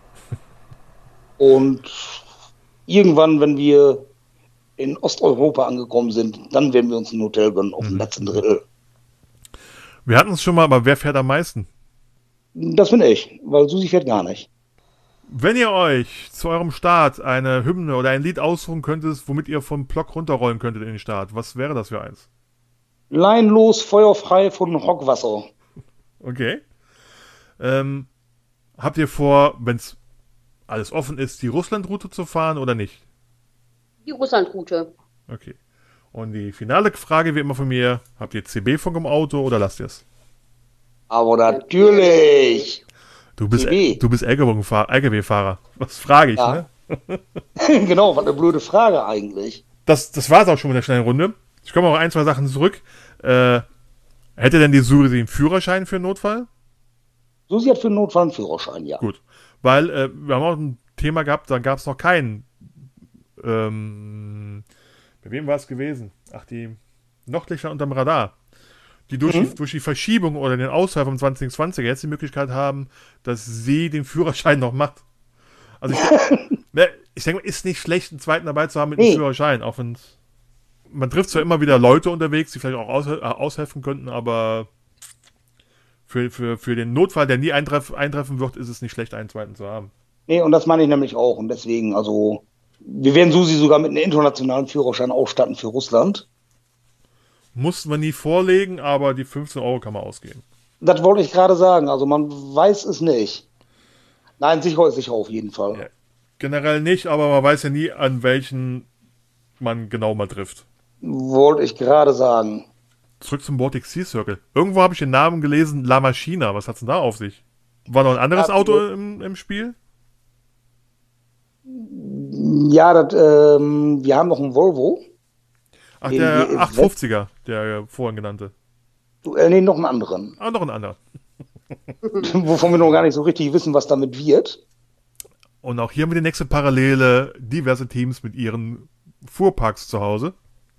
Und irgendwann, wenn wir in Osteuropa angekommen sind, dann werden wir uns ein Hotel gönnen auf dem Mhm. letzten Drittel. Wir hatten es schon mal, aber wer fährt am meisten? Das bin ich, weil Susi fährt gar nicht. Wenn ihr euch zu eurem Start eine Hymne oder ein Lied aussuchen könntet, womit ihr vom Block runterrollen könntet in den Start, was wäre das für eins? Leinlos, feuerfrei von Hockwasser. Okay. Ähm, habt ihr vor, wenn es alles offen ist, die Russland-Route zu fahren oder nicht? Die Russlandroute. Okay. Und die finale Frage wie immer von mir, habt ihr C B-Funk im Auto oder lasst ihr es? Aber natürlich. Du bist, C B. du bist L K W-Fahrer. Was frage ich, Ja. ne? Genau, was eine blöde Frage eigentlich. Das, das war es auch schon mit der schnellen Runde. Ich komme auf ein, zwei Sachen zurück. Äh, hätte denn die Susi einen Führerschein für einen Notfall? Susi hat für den Notfall einen Führerschein, ja. Gut. Weil äh, wir haben auch ein Thema gehabt, da gab es noch keinen. Ähm, bei wem war es gewesen? Ach, die Nordlichter unterm Radar. Die durch, Mhm. die durch die Verschiebung oder den Ausfall vom zwanzig zwanzig jetzt die Möglichkeit haben, dass sie den Führerschein noch macht. Also ich, ne, ich denke, ist nicht schlecht, einen zweiten dabei zu haben mit einem Nee. Führerschein. Auch wenn man trifft zwar immer wieder Leute unterwegs, die vielleicht auch aus, äh, aushelfen könnten, aber für, für, für den Notfall, der nie eintreff, eintreffen wird, ist es nicht schlecht, einen zweiten zu haben. Nee, und das meine ich nämlich auch. Und deswegen, also, wir werden Susi sogar mit einem internationalen Führerschein ausstatten für Russland. Mussten wir nie vorlegen, aber die fünfzehn Euro kann man ausgeben. Das wollte ich gerade sagen. Also, man weiß es nicht. Nein, sicher ist sicher auf jeden Fall. Ja. Generell nicht, aber man weiß ja nie, an welchen man genau mal trifft. Wollte ich gerade sagen. Zurück zum Baltic Sea Circle. Irgendwo habe ich den Namen gelesen, La Machina. Was hat's denn da auf sich? War noch ein anderes Ja, Auto im, im Spiel? Ja, das, ähm, wir haben noch einen Volvo. Ach, Den der wir- achthundertfünfziger, der vorhin genannte. Äh, nee, noch einen anderen. Ah, noch ein anderer. Wovon wir noch gar nicht so richtig wissen, was damit wird. Und auch hier haben wir die nächste Parallele. Diverse Teams mit ihren Fuhrparks zu Hause.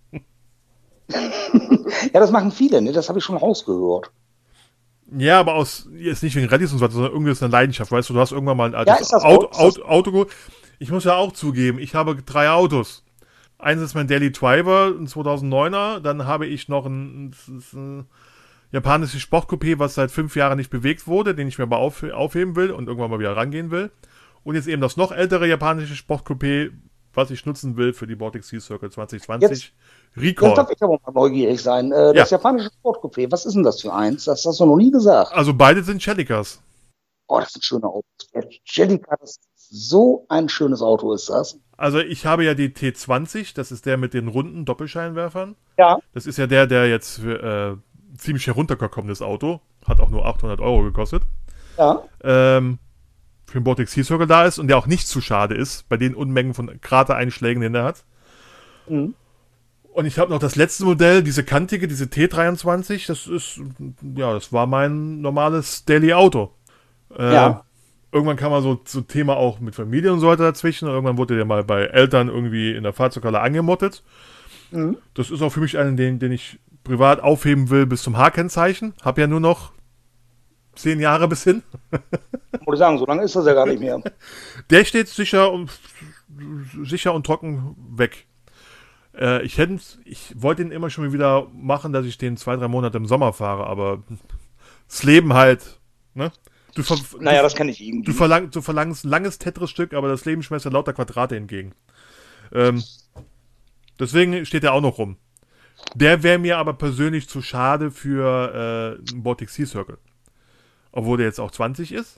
Ja, das machen viele, ne? Das habe ich schon rausgehört. Ja, aber aus, ist nicht wegen Rallyes und so weiter, sondern irgendwie ist eine Leidenschaft. Weißt du, du hast irgendwann mal ein altes Ja, ist das Auto, auch? Ist das- Auto, Auto geholt. Ich muss ja auch zugeben, ich habe drei Autos. Eins ist mein Daily Driver, ein zweitausenddeuner. Dann habe ich noch ein, ein, ein japanisches Sportcoupé, was seit fünf Jahren nicht bewegt wurde, den ich mir aber auf, aufheben will und irgendwann mal wieder rangehen will. Und jetzt eben das noch ältere japanische Sportcoupé, was ich nutzen will für die Baltic Sea Circle zwanzig zwanzig. Jetzt Recall. darf ich aber mal neugierig sein. Äh, das Ja. japanische Sportcoupé, was ist denn das für eins? Das hast du noch nie gesagt. Also beide sind Celikas. Oh, das ist ein schöner Auto. Der Celica, das ist so ein schönes Auto ist das. Also ich habe ja die T zwanzig, das ist der mit den runden Doppelscheinwerfern. Ja. Das ist ja der, der jetzt für, äh, ziemlich heruntergekommenes Auto, hat auch nur achthundert Euro gekostet, Ja. ähm, für den Baltic Sea Circle da ist und der auch nicht zu schade ist, bei den Unmengen von Kratereinschlägen, den er hat. Mhm. Und ich habe noch das letzte Modell, diese kantige, diese T dreiundzwanzig, das ist, ja, das war mein normales Daily Auto. Äh, Ja. Irgendwann kam mal so so Thema auch mit Familie und so weiter dazwischen. Und irgendwann wurde der mal bei Eltern irgendwie in der Fahrzeughalle angemottet. Mhm. Das ist auch für mich einen, den, den ich privat aufheben will bis zum H-Kennzeichen. Hab ja nur noch zehn Jahre bis hin. Muss ich sagen, so lange ist das ja gar nicht mehr. Der steht sicher und sicher und trocken weg. Äh, ich hätte, ich wollte ihn immer schon wieder machen, dass ich den zwei, drei Monate im Sommer fahre, aber das Leben halt, ne? Du, ver Naja, du, das kann ich irgendwie. du, verlang du verlangst ein langes Tetris-Stück, aber das Leben schmeißt dir lauter Quadrate entgegen. Ähm, deswegen steht er auch noch rum. Der wäre mir aber persönlich zu schade für äh, einen Baltic Sea Circle. Obwohl der jetzt auch zwanzig ist.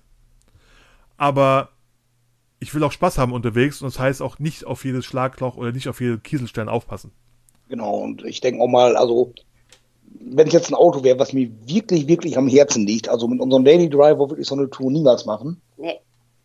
Aber ich will auch Spaß haben unterwegs und das heißt auch nicht auf jedes Schlagloch oder nicht auf jeden Kieselstein aufpassen. Genau, und ich denke auch mal, also, wenn es jetzt ein Auto wäre, was mir wirklich, wirklich am Herzen liegt, also mit unserem Daily Driver würde ich so eine Tour niemals machen. Nee.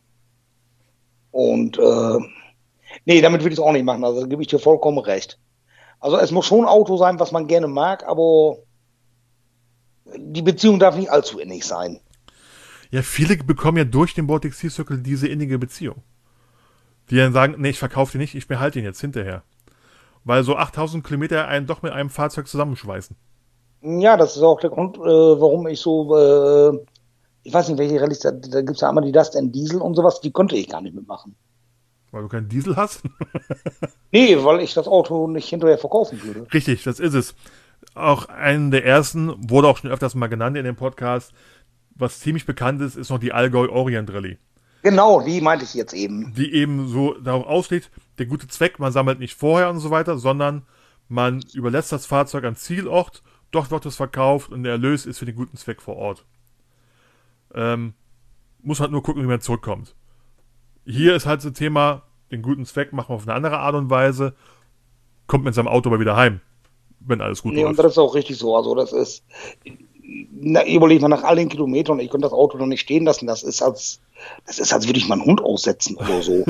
Und, äh, nee, damit würde ich es auch nicht machen, also da gebe ich dir vollkommen recht. Also, es muss schon ein Auto sein, was man gerne mag, aber die Beziehung darf nicht allzu innig sein. Ja, viele bekommen ja durch den Baltic Sea Circle diese innige Beziehung. Die dann sagen, nee, ich verkaufe den nicht, ich behalte ihn jetzt hinterher. weil so achttausend Kilometer einen doch mit einem Fahrzeug zusammenschweißen. Ja, das ist auch der Grund, äh, warum ich so, äh, ich weiß nicht, welche Rallyes, da, da gibt es ja einmal die Dust and Diesel und sowas, die konnte ich gar nicht mitmachen. Weil du keinen Diesel hast? Nee, weil ich das Auto nicht hinterher verkaufen würde. Richtig, das ist es. Auch einen der ersten, wurde auch schon öfters mal genannt in dem Podcast, was ziemlich bekannt ist, ist noch die Allgäu Orient Rallye. Genau, die meinte ich jetzt eben. Die eben so darauf auslegt, der gute Zweck, man sammelt nicht vorher und so weiter, sondern man überlässt das Fahrzeug am Zielort, dort wird es verkauft und der Erlös ist für den guten Zweck vor Ort. Ähm, muss halt nur gucken, wie man zurückkommt. Hier ist halt so ein Thema, den guten Zweck machen wir auf eine andere Art und Weise, kommt mit seinem Auto aber wieder heim, wenn alles gut Nee, und läuft. das ist auch richtig so. Also das ist, na, überleg mal nach all den Kilometern, ich konnte das Auto noch nicht stehen lassen. Das ist als, das ist als würde ich mal einen Hund aussetzen oder so.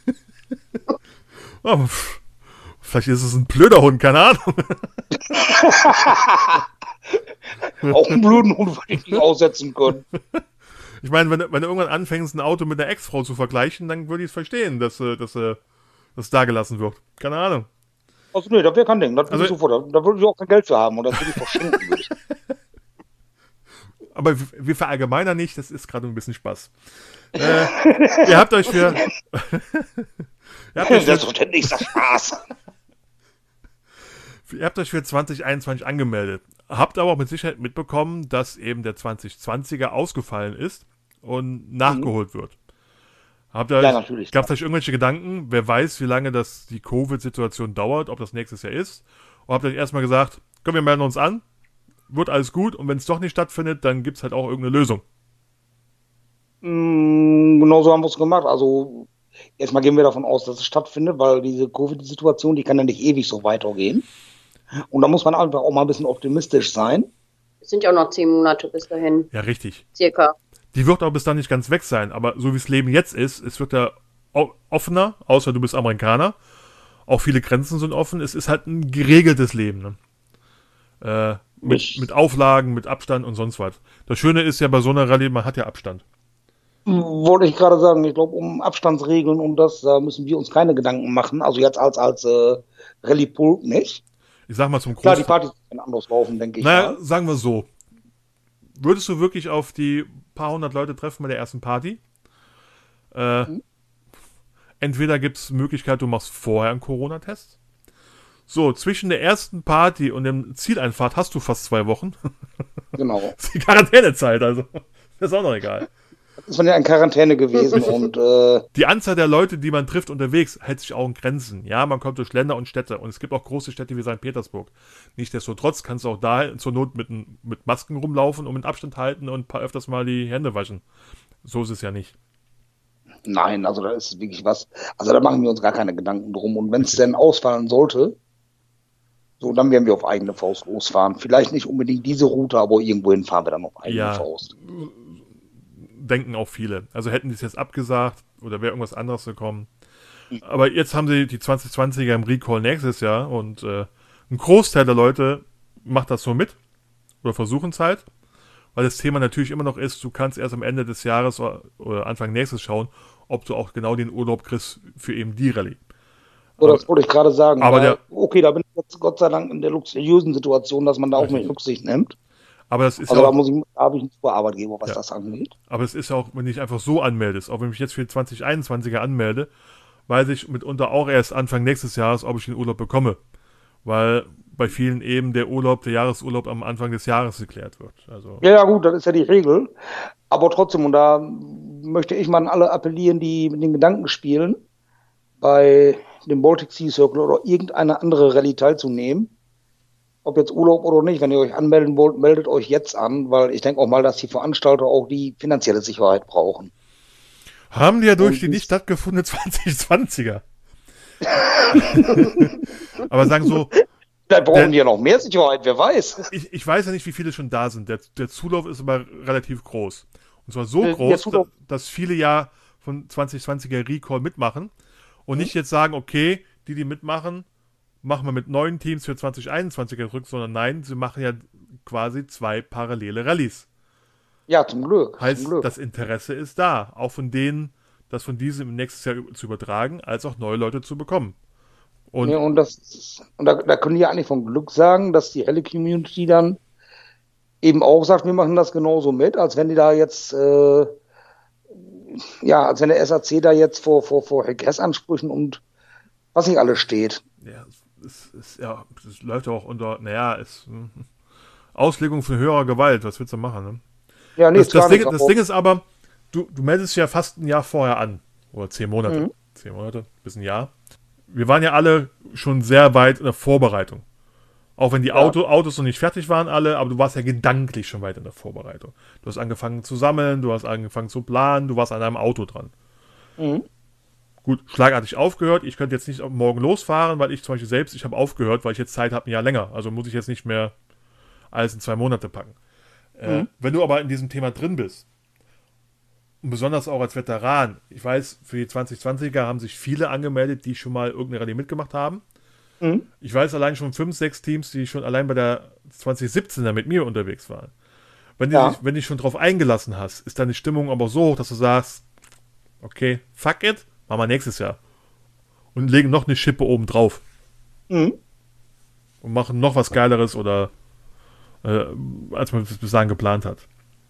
Oh, pff, vielleicht ist es ein blöder Hund, keine Ahnung. Auch einen blöden Hund würde ich nicht aussetzen können. Ich meine, wenn, du- wenn du irgendwann anfängst, ein Auto mit einer Ex-Frau zu vergleichen, dann würde ich es verstehen, dass, äh, dass, äh, das da gelassen wird. Keine Ahnung. Also nee, das wäre kein Ding. Das würde Also- ich sofort. Da, da würde ich auch kein Geld für haben und das würde ich verschenken. würde ich. Aber wir wir verallgemeinern nicht, das ist gerade ein bisschen Spaß. Äh, ihr habt euch für. ihr, habt euch für Selbstverständlich ist das Spaß. ihr habt euch für zwanzig einundzwanzig angemeldet. Habt aber auch mit Sicherheit mitbekommen, dass eben der zwanzig zwanziger ausgefallen ist und nachgeholt wird. Habt ihr Ja, euch, natürlich. gab es euch irgendwelche Gedanken? Wer weiß, wie lange das die Covid-Situation dauert, ob das nächstes Jahr ist? Oder habt ihr euch erstmal gesagt, komm, wir melden uns an, wird alles gut und wenn es doch nicht stattfindet, dann gibt es halt auch irgendeine Lösung. Mm, Genau so haben wir es gemacht. Also erstmal gehen wir davon aus, dass es stattfindet, weil diese Covid-Situation, die kann ja nicht ewig so weitergehen. Und da muss man einfach auch mal ein bisschen optimistisch sein. Es sind ja auch noch zehn Monate bis dahin, Ja, richtig. circa. Die wird auch bis dann nicht ganz weg sein, aber so wie das Leben jetzt ist, es wird ja o- offener, außer du bist Amerikaner. Auch viele Grenzen sind offen. Es ist halt ein geregeltes Leben. Ne? Äh, mit, Ich- mit Auflagen, mit Abstand und sonst was. Das Schöne ist ja bei so einer Rallye, man hat ja Abstand. Wollte ich gerade sagen, ich glaube, um Abstandsregeln und das, da müssen wir uns keine Gedanken machen. Also jetzt als, als äh, Rallye-Pulk nicht. Ich sag mal zum Klar, die Großteil. Partys werden anders laufen, denke ich. Naja, mal. sagen wir so. Würdest du wirklich auf die paar hundert Leute treffen bei der ersten Party? Äh, Mhm. Entweder gibt es Möglichkeit, du machst vorher einen Corona-Test. So, zwischen der ersten Party und dem Zieleinfahrt hast du fast zwei Wochen. Genau. Das ist die Quarantänezeit, also. Das ist auch noch egal. Das ist man ja in Quarantäne gewesen und äh, Die Anzahl der Leute, die man trifft unterwegs, hält sich auch in Grenzen. Ja, man kommt durch Länder und Städte. Und es gibt auch große Städte wie Sankt Petersburg. Nichtsdestotrotz kannst du auch da zur Not mit, mit Masken rumlaufen und mit Abstand halten und ein paar öfters mal die Hände waschen. So ist es ja nicht. nein, also da ist wirklich was. Also da machen wir uns gar keine Gedanken drum. Und wenn es denn ausfallen sollte, so, dann werden wir auf eigene Faust losfahren. Vielleicht nicht unbedingt diese Route, aber irgendwohin fahren wir dann auf eigene Ja. Faust. Denken auch viele. Also hätten die es jetzt abgesagt oder wäre irgendwas anderes gekommen. Aber jetzt haben sie die zwanzig zwanziger im Recall nächstes Jahr und äh, ein Großteil der Leute macht das so mit oder versuchen es halt. Weil das Thema natürlich immer noch ist, du kannst erst am Ende des Jahres oder, oder Anfang nächstes schauen, ob du auch genau den Urlaub kriegst für eben die Rallye. So, das wollte ich gerade sagen. aber weil, der- okay, da bin ich jetzt Gott sei Dank in der luxuriösen Situation, dass man da auch Richtig. mit Rücksicht nimmt. Aber das ist Also ja da auch, muss ich, da habe ich einen super Arbeitgeber, was Ja. das angeht. aber es ist ja auch, wenn du dich einfach so anmeldest, auch wenn ich mich jetzt für zwanzig einundzwanziger anmelde, weiß ich mitunter auch erst Anfang nächstes Jahres, ob ich den Urlaub bekomme. Weil bei vielen eben der Urlaub, der Jahresurlaub am Anfang des Jahres geklärt wird. Also, Ja, ja, gut, das ist ja die Regel. Aber trotzdem, und da möchte ich mal an alle appellieren, die mit den Gedanken spielen, bei dem Baltic Sea Circle oder irgendeine andere Rallye teilzunehmen. Ob jetzt Urlaub oder nicht, wenn ihr euch anmelden wollt, meldet euch jetzt an, weil ich denke auch mal, dass die Veranstalter auch die finanzielle Sicherheit brauchen. haben die ja durch Und die ich- nicht stattgefundene zwanzig zwanziger. Aber sagen so, Vielleicht brauchen Der- die ja noch mehr Sicherheit, wer weiß. ich, ich weiß ja nicht, wie viele schon da sind. Der, der Zulauf ist aber relativ groß. Und zwar so Der- der groß, Zulauf- da- dass viele ja von zwanzig zwanziger Recall mitmachen und Mhm. nicht jetzt sagen, okay, die, die mitmachen, machen wir mit neuen Teams für zwanzig einundzwanziger zurück, sondern nein, sie machen ja quasi zwei parallele Rallyes. Ja, zum Glück. Heißt, zum Glück. das Interesse ist da, auch von denen, das von diesem im nächsten Jahr zu übertragen, als auch neue Leute zu bekommen. Und, ja, und das ist, und da, da können die ja eigentlich von Glück sagen, dass die helle Community dann eben auch sagt, wir machen das genauso mit, als wenn die da jetzt, äh, ja, als wenn der S A C da jetzt vor, vor, vor Regressansprüchen und was nicht alles steht. ja, es, es, ja, es läuft ja auch unter, naja, es hm, Auslegung von höherer Gewalt, was willst du machen, ne? Ja, nee, Das, das, zwar Ding, nicht, das aber- Ding ist aber, du, du meldest dich ja fast ein Jahr vorher an. Oder zehn Monate. Mhm. Zehn Monate, bis ein Jahr. Wir waren ja alle schon sehr weit in der Vorbereitung. Auch wenn die Ja. Auto, Autos noch nicht fertig waren alle, aber du warst ja gedanklich schon weit in der Vorbereitung. Du hast angefangen zu sammeln, du hast angefangen zu planen, du warst an einem Auto dran. Mhm. Gut, schlagartig aufgehört. Ich könnte jetzt nicht morgen losfahren, weil ich zum Beispiel selbst, ich habe aufgehört, weil ich jetzt Zeit habe, ein Jahr länger. Also muss ich jetzt nicht mehr alles in zwei Monate packen. Äh, Mhm. wenn du aber in diesem Thema drin bist, und besonders auch als Veteran, ich weiß, für die zwanzig zwanziger haben sich viele angemeldet, die schon mal irgendeine Rallye mitgemacht haben. Mhm. Ich weiß allein schon fünf, sechs Teams, die schon allein bei der zwanzig siebzehner mit mir unterwegs waren. Wenn du Ja. dich, wenn du dich schon drauf eingelassen hast, ist deine Stimmung aber so hoch, dass du sagst, okay, fuck it, machen wir nächstes Jahr. Und legen noch eine Schippe oben drauf. Mhm. Und machen noch was Geileres oder äh, als man es bis dahin geplant hat.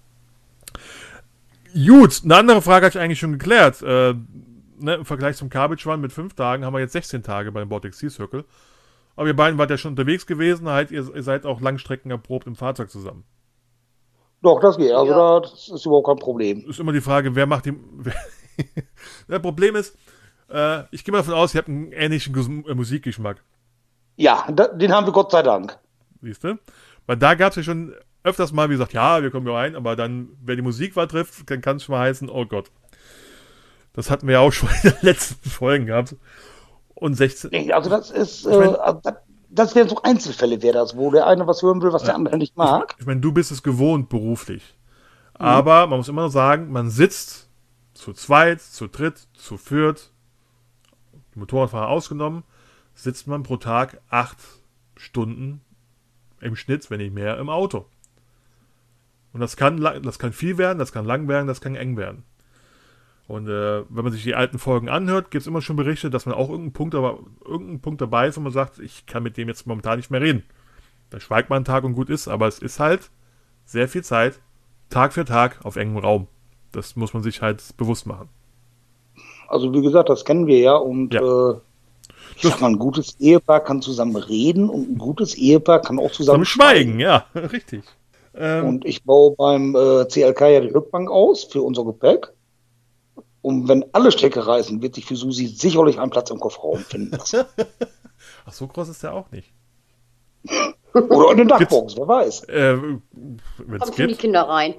Gut, eine andere Frage habe ich eigentlich schon geklärt. Äh, ne, im Vergleich zum Garbage Run mit fünf Tagen haben wir jetzt sechzehn Tage beim Baltic Sea Circle. Aber ihr beiden wart ja schon unterwegs gewesen, halt, ihr, ihr seid auch Langstrecken erprobt im Fahrzeug zusammen. Doch, das geht. Also Ja. das ist überhaupt kein Problem. Ist immer die Frage, wer macht die. Wer das Problem ist, äh, ich gehe mal davon aus, ihr habt einen ähnlichen Gus- äh, Musikgeschmack. Ja, da, den haben wir Gott sei Dank. Siehst du? Weil da gab es ja schon öfters mal, wie gesagt, ja, wir kommen hier rein, aber dann, wer die Musikwahl trifft, dann kann es schon mal heißen, oh Gott. Das hatten wir ja auch schon in den letzten Folgen gehabt. Und sechzehn. Nee, also das ist, Ich mein- äh, also das, das wären so Einzelfälle, wäre das, wo der eine was hören will, was der andere nicht mag. Ich meine, du bist es gewohnt beruflich. Aber man muss immer noch sagen, man sitzt zu zweit, zu dritt, zu viert, die Motorradfahrer ausgenommen, sitzt man pro Tag acht Stunden im Schnitt, wenn nicht mehr, im Auto. Und das kann, la- das kann viel werden, das kann lang werden, das kann eng werden. Und äh, wenn man sich die alten Folgen anhört, gibt es immer schon Berichte, dass man auch irgendeinen Punkt, aber, irgendeinen Punkt dabei ist, wo man sagt, ich kann mit dem jetzt momentan nicht mehr reden. Da schweigt man einen Tag und gut ist, aber es ist halt sehr viel Zeit, Tag für Tag auf engem Raum. Das muss man sich halt bewusst machen. Also wie gesagt, das kennen wir ja und Ja. äh, ich sag mal, ein gutes Ehepaar kann zusammen reden und ein gutes Ehepaar kann auch zusammen Zum Schweigen, ja, richtig. Ähm, Und ich baue beim äh, C L K ja die Rückbank aus für unser Gepäck. Und wenn alle Stricke reißen, wird sich für Susi sicherlich ein Platz im Kofferraum finden lassen. ach, so groß ist der auch nicht. Oder in den Dachbox, wer weiß. Äh, Wenn es Kommt schon die geht. Kinder rein.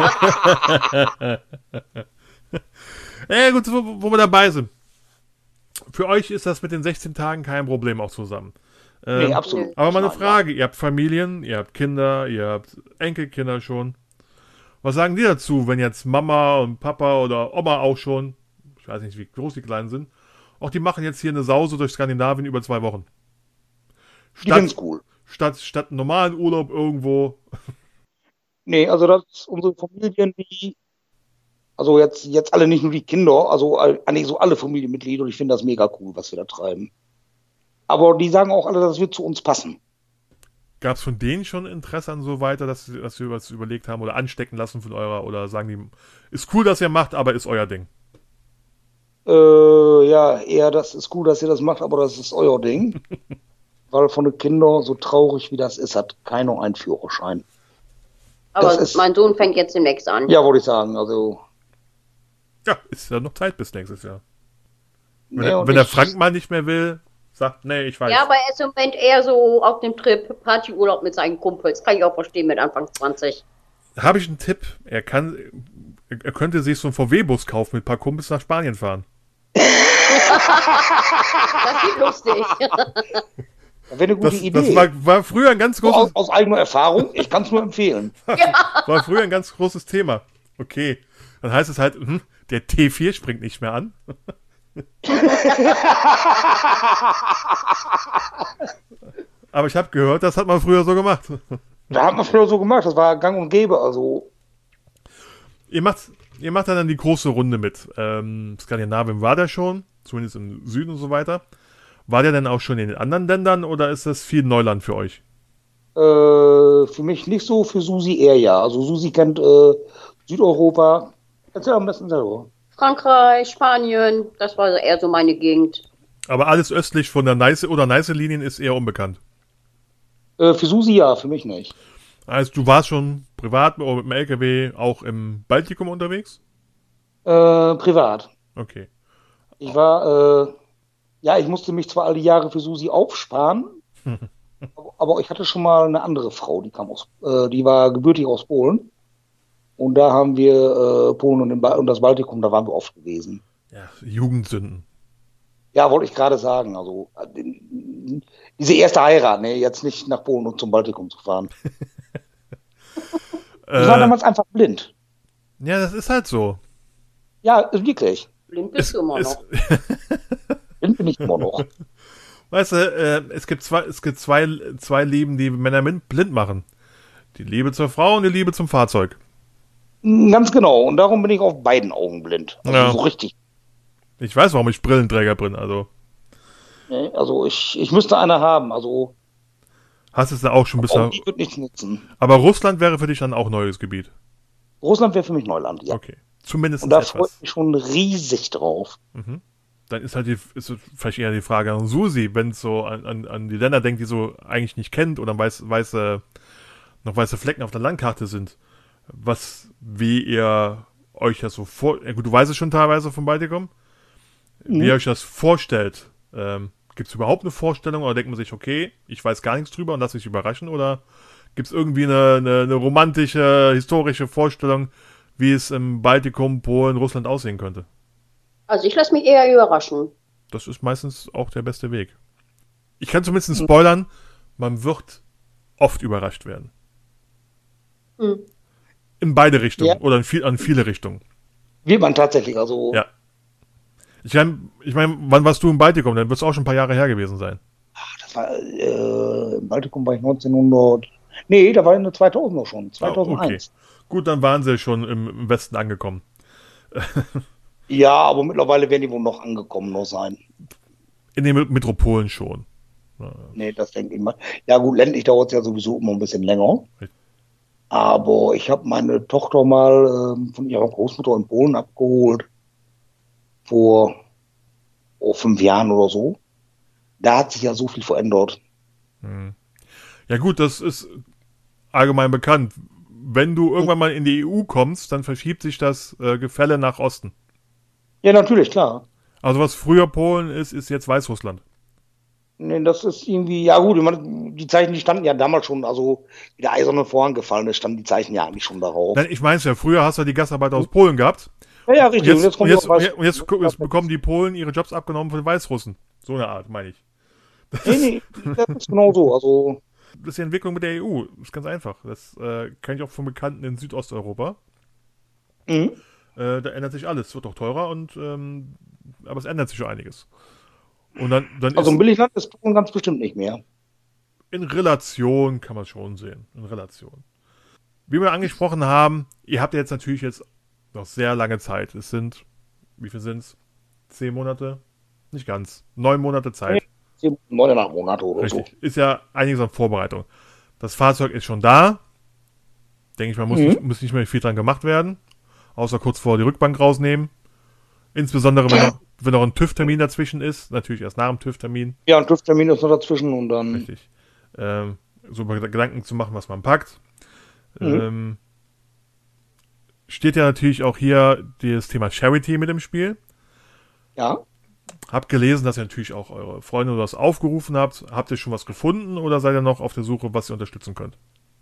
Ja, gut, wo, wo wir dabei sind. Für euch ist das mit den sechzehn Tagen kein Problem auch zusammen. Ähm, Nee, absolut. aber mal eine Nein, Frage, ihr habt Familien, ihr habt Kinder, ihr habt Enkelkinder schon. Was sagen die dazu, wenn jetzt Mama und Papa oder Oma auch schon, ich weiß nicht, wie groß die Kleinen sind, auch die machen jetzt hier eine Sause durch Skandinavien über zwei Wochen. Die finden's Statt, cool. statt, statt einen normalen Urlaub irgendwo. Nee, also das ist unsere Familien, die, also jetzt, jetzt alle nicht nur die Kinder, also all- eigentlich so alle Familienmitglieder, und ich finde das mega cool, was wir da treiben. Aber die sagen auch alle, das wird zu uns passen. Gab es von denen schon Interesse an so weiter, dass, dass sie was überlegt haben oder anstecken lassen von eurer, oder sagen die, ist cool, dass ihr macht, aber ist euer Ding. Äh, ja, eher, das ist cool, dass ihr das macht, aber das ist euer Ding. Weil von den Kindern, so traurig wie das ist, hat keiner einen Führerschein. Aber Das ist- mein Sohn fängt jetzt demnächst an. Ja, wollte ich sagen. Also, Ja, ist ja noch Zeit bis nächstes Jahr. Wenn, nee, der, und wenn der ich- Frank mal nicht mehr will, sagt, nee, ich weiß. Ja, aber er ist im Moment eher so auf dem Trip Partyurlaub mit seinen Kumpels. Kann ich auch verstehen mit Anfang zwanzig. Habe ich einen Tipp. Er kann, er könnte sich so einen V W-Bus kaufen, mit ein paar Kumpels nach Spanien fahren. Das wird lustig. Das wäre eine gute Das, Idee. das war, war früher ein ganz aus, großes, aus eigener Erfahrung, ich kann es nur empfehlen. war früher ein ganz großes Thema. Okay, dann heißt es halt, hm, der T vier springt nicht mehr an. Aber ich habe gehört, das hat man früher so gemacht. Da hat man früher so gemacht, das war gang und gäbe. Also, Ihr macht, ihr macht dann die große Runde mit. Ähm, Skandinavien war da schon, zumindest im Süden und so weiter. War der denn auch schon in den anderen Ländern oder ist das viel Neuland für euch? Äh, für mich nicht so, für Susi eher ja. Also Susi kennt äh, Südeuropa. Erzähl am besten selber. Frankreich, Spanien, das war eher so meine Gegend. Aber alles östlich von der Neiße oder Neiße-Linien ist eher unbekannt. Äh, für Susi ja, für mich nicht. Also du warst schon privat oder mit dem L K W auch im Baltikum unterwegs? Äh, privat. Okay. Ich war, äh, ja, ich musste mich zwar alle Jahre für Susi aufsparen, aber, aber ich hatte schon mal eine andere Frau, die kam aus, äh, die war gebürtig aus Polen. Und da haben wir äh, Polen und, den ba- und das Baltikum, da waren wir oft gewesen. Ja, Jugendsünden. Ja, wollte ich gerade sagen. Also äh, diese erste Heirat, ne, jetzt nicht nach Polen und zum Baltikum zu fahren. Ich war Äh, damals einfach blind. ja, das ist halt so. Ja, wirklich. Blind bist Es, du immer es, noch. Blind bin ich immer noch. weißt du, äh, es gibt zwei, es gibt zwei, zwei Lieben, die Männer min- blind machen. Die Liebe zur Frau und die Liebe zum Fahrzeug. Ganz genau. Und darum bin ich auf beiden Augen blind. Also Ja. so richtig. Ich weiß, warum ich Brillenträger bin. Also Ne? Also ich, ich müsste eine haben. Also hast es da auch schon bisher. auch die wird nichts nutzen. Aber Russland wäre für dich dann auch neues Gebiet. Russland wäre für mich Neuland, ja. Okay. Zumindest Und da freue etwas. ich mich schon riesig drauf. Mhm. Dann ist halt die, ist vielleicht eher die Frage an Susi, wenn es so an, an, an die Länder denkt, die so eigentlich nicht kennt oder weiß, weiße, noch weiße Flecken auf der Landkarte sind. Was, wie ihr euch das so vor, ja gut, du weißt es schon teilweise vom Baltikum, wie Mhm. ihr euch das vorstellt. Ähm, gibt es überhaupt eine Vorstellung oder denkt man sich, okay, ich weiß gar nichts drüber und lass mich überraschen oder gibt es irgendwie eine, eine, eine romantische, historische Vorstellung, wie es im Baltikum, Polen, Russland aussehen könnte? Also ich lasse mich eher überraschen. Das ist meistens auch der beste Weg. Ich kann zumindest spoilern, man wird oft überrascht werden. Hm. In beide Richtungen Ja. oder in viel, an viele Richtungen. Wird man tatsächlich. Also Ja. Ich meine, ich mein, wann warst du im Baltikum? Dann wird es auch schon ein paar Jahre her gewesen sein. das war, äh, im Baltikum war ich neunzehnhundert. Nee, da war ich in zweitausend noch schon. zweitausendeins. Gut, dann waren sie schon im, im Westen angekommen. Ja, aber mittlerweile werden die wohl noch angekommen noch sein. In den Metropolen schon. Nee, das denke ich mal. Ja gut, ländlich dauert es ja sowieso immer ein bisschen länger. Richtig. Aber ich habe meine Tochter mal ähm, von ihrer Großmutter in Polen abgeholt. Vor oh, fünf Jahren oder so. Da hat sich ja so viel verändert. Ja gut, das ist allgemein bekannt. Wenn du irgendwann mal in die E U kommst, dann verschiebt sich das äh, Gefälle nach Osten. Ja, natürlich, klar. Also was früher Polen ist, ist jetzt Weißrussland. Nee, das ist irgendwie, ja gut, ich meine, die Zeichen, die standen ja damals schon, also wie der eiserne Vorhang gefallen ist, standen die Zeichen ja eigentlich schon darauf. Denn ich meine ja, früher hast du die Gastarbeiter aus Polen gehabt. Ja, ja, Und richtig. jetzt, und kommt jetzt, noch was- und jetzt, jetzt bekommen die Polen ihre Jobs abgenommen von den Weißrussen. So eine Art, meine ich. Nee, nee, das ist genau so. Also, Das ist die Entwicklung mit der E U. Das ist ganz einfach. Das äh, kenne ich auch von Bekannten in Südosteuropa. mhm. Äh, da ändert sich alles. Es wird auch teurer, und ähm, aber es ändert sich schon einiges. Und dann, dann also ein ist Billigland ist Polen ganz bestimmt nicht mehr. in Relation kann man schon sehen. In Relation. Wie wir angesprochen haben, ihr habt jetzt natürlich jetzt noch sehr lange Zeit. Es sind, wie viel sind es? Zehn Monate? Nicht ganz. Neun Monate Zeit. Zehn, neuneinhalb Monate oder Richtig. Ist ja einiges an Vorbereitung. Das Fahrzeug ist schon da. Denke ich mal, muss, Mhm. nicht, muss nicht mehr viel dran gemacht werden. Außer kurz vor die Rückbank rausnehmen. Insbesondere, wenn noch, wenn noch ein TÜV-Termin dazwischen ist. Natürlich erst nach dem TÜV-Termin. so. Ja, ein TÜV-Termin ist noch dazwischen und dann. Richtig. Ähm, so über Gedanken zu machen, was man packt. Mhm. Ähm, steht ja natürlich auch hier das Thema Charity mit im Spiel. Ja. Habt gelesen, dass ihr natürlich auch eure Freunde oder was aufgerufen habt. Habt ihr schon was gefunden oder seid ihr noch auf der Suche, was ihr unterstützen könnt?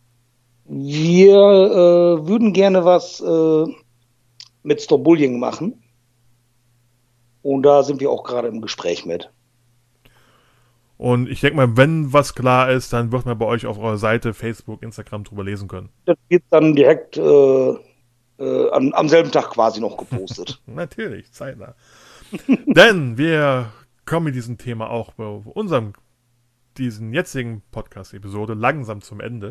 Wir äh, würden gerne was äh, mit Stop Bullying machen. Und da sind wir auch gerade im Gespräch mit. Und ich denke mal, wenn was klar ist, dann wird man bei euch auf eurer Seite, Facebook, Instagram drüber lesen können. Das wird dann direkt äh, äh, am, am selben Tag quasi noch gepostet. Natürlich, zeitnah. Denn wir kommen mit diesem Thema auch bei unserem, diesen jetzigen Podcast-Episode langsam zum Ende.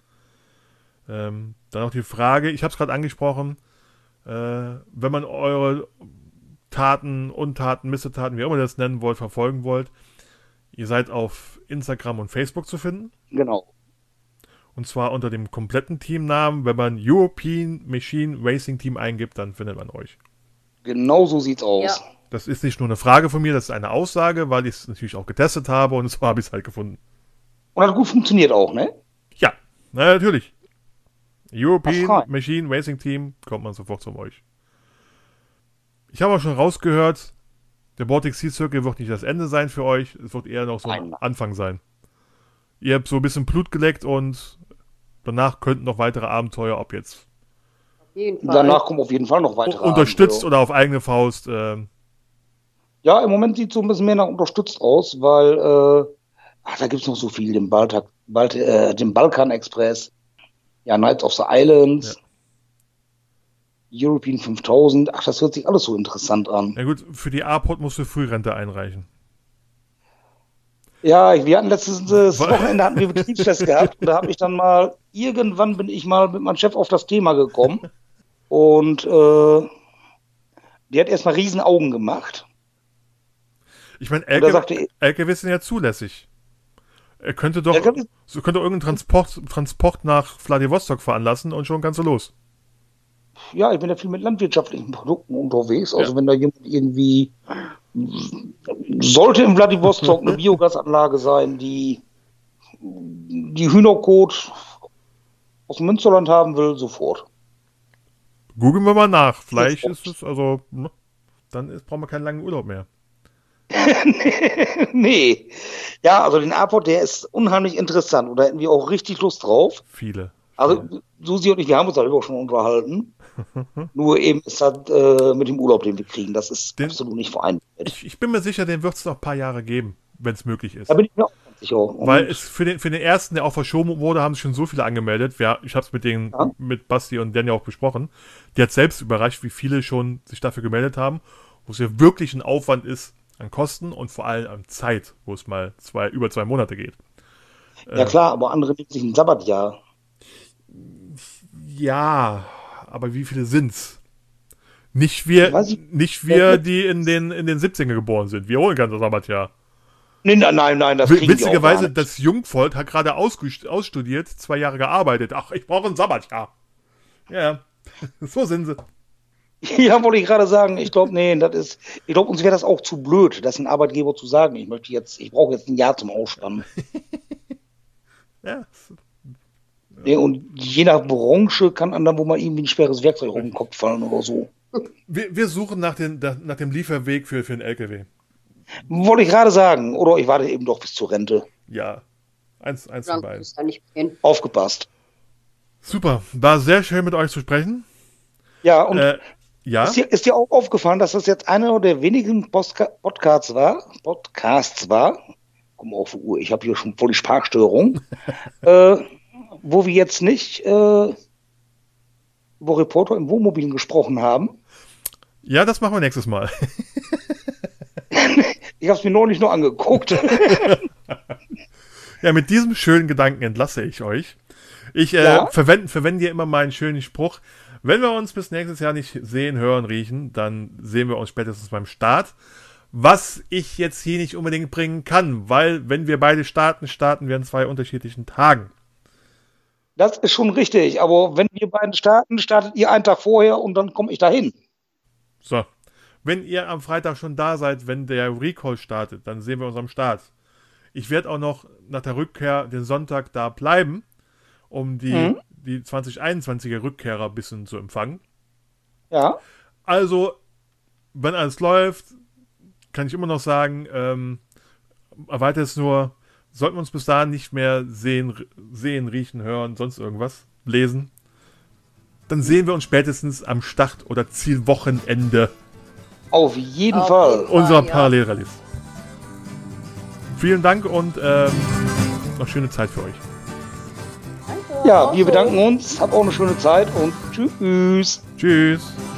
Ähm, dann auch die Frage, ich habe es gerade angesprochen, äh, wenn man eure Taten, Untaten, Missetaten, wie auch immer ihr das nennen wollt, verfolgen wollt, Ihr seid auf Instagram und Facebook zu finden. Genau. Und zwar unter dem kompletten Teamnamen. Wenn man European Machine Racing Team eingibt, dann findet man euch. Genau so sieht's aus. Ja. Das ist nicht nur eine Frage von mir, das ist eine Aussage, weil ich es natürlich auch getestet habe und so habe ich es halt gefunden. Und hat gut funktioniert auch, ne? Ja, na, natürlich. European rein. Machine Racing Team, kommt man sofort zu euch. Ich habe auch schon rausgehört, der Baltic Sea Circle wird nicht das Ende sein für euch, es wird eher noch so ein Nein. Anfang sein. Ihr habt so ein bisschen Blut geleckt und danach könnten noch weitere Abenteuer, ob jetzt Auf jeden Fall. Danach kommen auf jeden Fall noch weitere unterstützt Abenteuer. oder auf eigene Faust. Äh, Ja, im Moment sieht es so ein bisschen mehr nach unterstützt aus, weil äh, ach, da gibt's noch so viel, den, Balta, Balt, äh, den Balkan Express, ja, Knights of the Islands, European fünftausend, ach, das hört sich alles so interessant an. na gut, für die A-Pod musst du Frührente einreichen. Ja, wir hatten letztes äh, Wa- Wochenende hatten wir Betriebsfest gehabt und da habe ich dann mal, irgendwann bin ich mal mit meinem Chef auf das Thema gekommen und äh, die hat erstmal riesen Augen gemacht. Ich meine, Und da L K W, sagte L K Ws sind ja zulässig. Er könnte doch, L K Ws so könnte irgendeinen Transport, Transport nach Vladivostok veranlassen und schon kannst du los. ja, ich bin ja viel mit landwirtschaftlichen Produkten unterwegs. Also Ja. wenn da jemand irgendwie sollte in Vladivostok eine Biogasanlage sein, die die Hühnerkot aus dem Münsterland haben will, sofort. Googeln wir mal nach. Vielleicht Jetzt ist es, also, ne, dann ist, brauchen wir keinen langen Urlaub mehr. Nee. Ja, also den A-Pod, der ist unheimlich interessant und da hätten wir auch richtig Lust drauf. Viele. Also Susi und ich, wir haben uns darüber schon unterhalten. Nur eben ist das äh, mit dem Urlaub, den wir kriegen, das ist Den- absolut nicht vereinbar. Ich, ich bin mir sicher, den wird es noch ein paar Jahre geben, wenn es möglich ist. Da bin ich mir auch ganz sicher. Und Weil es für den, für den ersten, der auch verschoben wurde, haben sich schon so viele angemeldet. Wir, ich habe es mit, den- Ja. mit Basti und Daniel auch besprochen. Die hat selbst überrascht, wie viele schon sich dafür gemeldet haben, wo es ja wirklich ein Aufwand ist an Kosten und vor allem an Zeit, wo es mal zwei, über zwei Monate geht. ja klar, aber andere nehmen sich ein Sabbatjahr. Ja, aber wie viele sind's? Nicht wir, Weiß ich- nicht wir, die in den, in den siebziger geboren sind. Wir holen kein Sabbatjahr. Nee, nein, nein, nein, das kriegen die auch Witzigerweise, gar nicht. das Jungvolk hat gerade ausgest- ausstudiert, zwei Jahre gearbeitet. Ach, ich brauche ein Sabbatjahr. Ja, so sind sie. Ja, wollte ich gerade sagen. Ich glaube, nee, das ist, ich glaube, uns wäre das auch zu blöd, das ein Arbeitgeber zu sagen. Ich möchte jetzt, ich brauche jetzt ein Jahr zum Ausspannen. Ja, Nee, und je nach Branche kann einem wo mal irgendwie ein schweres Werkzeug auf den Kopf fallen oder so. wir, wir suchen nach, den, da- nach dem Lieferweg für, für einen L K W. Wollte ich gerade sagen. Oder ich warte eben doch bis zur Rente. Ja, eins, eins von Dann beiden. ist da nicht hin. Aufgepasst. Super, war sehr schön mit euch zu sprechen. Ja, und Äh, ja, ist, dir, ist dir auch aufgefallen, dass das jetzt einer der wenigen Postka Podcasts war, Podcasts war, guck mal auf die Uhr, ich habe hier schon voll die Sprachstörung, äh, wo wir jetzt nicht äh, über Reporter im Wohnmobil gesprochen haben. ja, das machen wir nächstes Mal. Ich habe es mir neulich nur angeguckt. Ja, mit diesem schönen Gedanken entlasse ich euch. Ich äh, Ja. verwende, verwende hier immer meinen schönen Spruch. Wenn wir uns bis nächstes Jahr nicht sehen, hören, riechen, dann sehen wir uns spätestens beim Start. Was ich jetzt hier nicht unbedingt bringen kann, weil wenn wir beide starten, starten wir an zwei unterschiedlichen Tagen. Das ist schon richtig, aber wenn wir beiden starten, startet ihr einen Tag vorher und dann komme ich dahin. So, wenn ihr am Freitag schon da seid, wenn der Recall startet, dann sehen wir uns am Start. Ich werde auch noch nach der Rückkehr den Sonntag da bleiben, um die, Mhm. die zwanzig einundzwanziger Rückkehrer ein bisschen zu empfangen. Ja, Also, wenn alles läuft, kann ich immer noch sagen, ähm, erweitert es nur, sollten wir uns bis dahin nicht mehr sehen, r- sehen, riechen, hören, sonst irgendwas, lesen, dann sehen wir uns spätestens am Start- oder Zielwochenende auf jeden Auf Fall. jeden Fall. unserer ja. Parallelrallyes. Vielen Dank und ähm, noch schöne Zeit für euch. Danke, Ja, auch wir so. bedanken uns. Habt auch eine schöne Zeit und tschüss. Tschüss.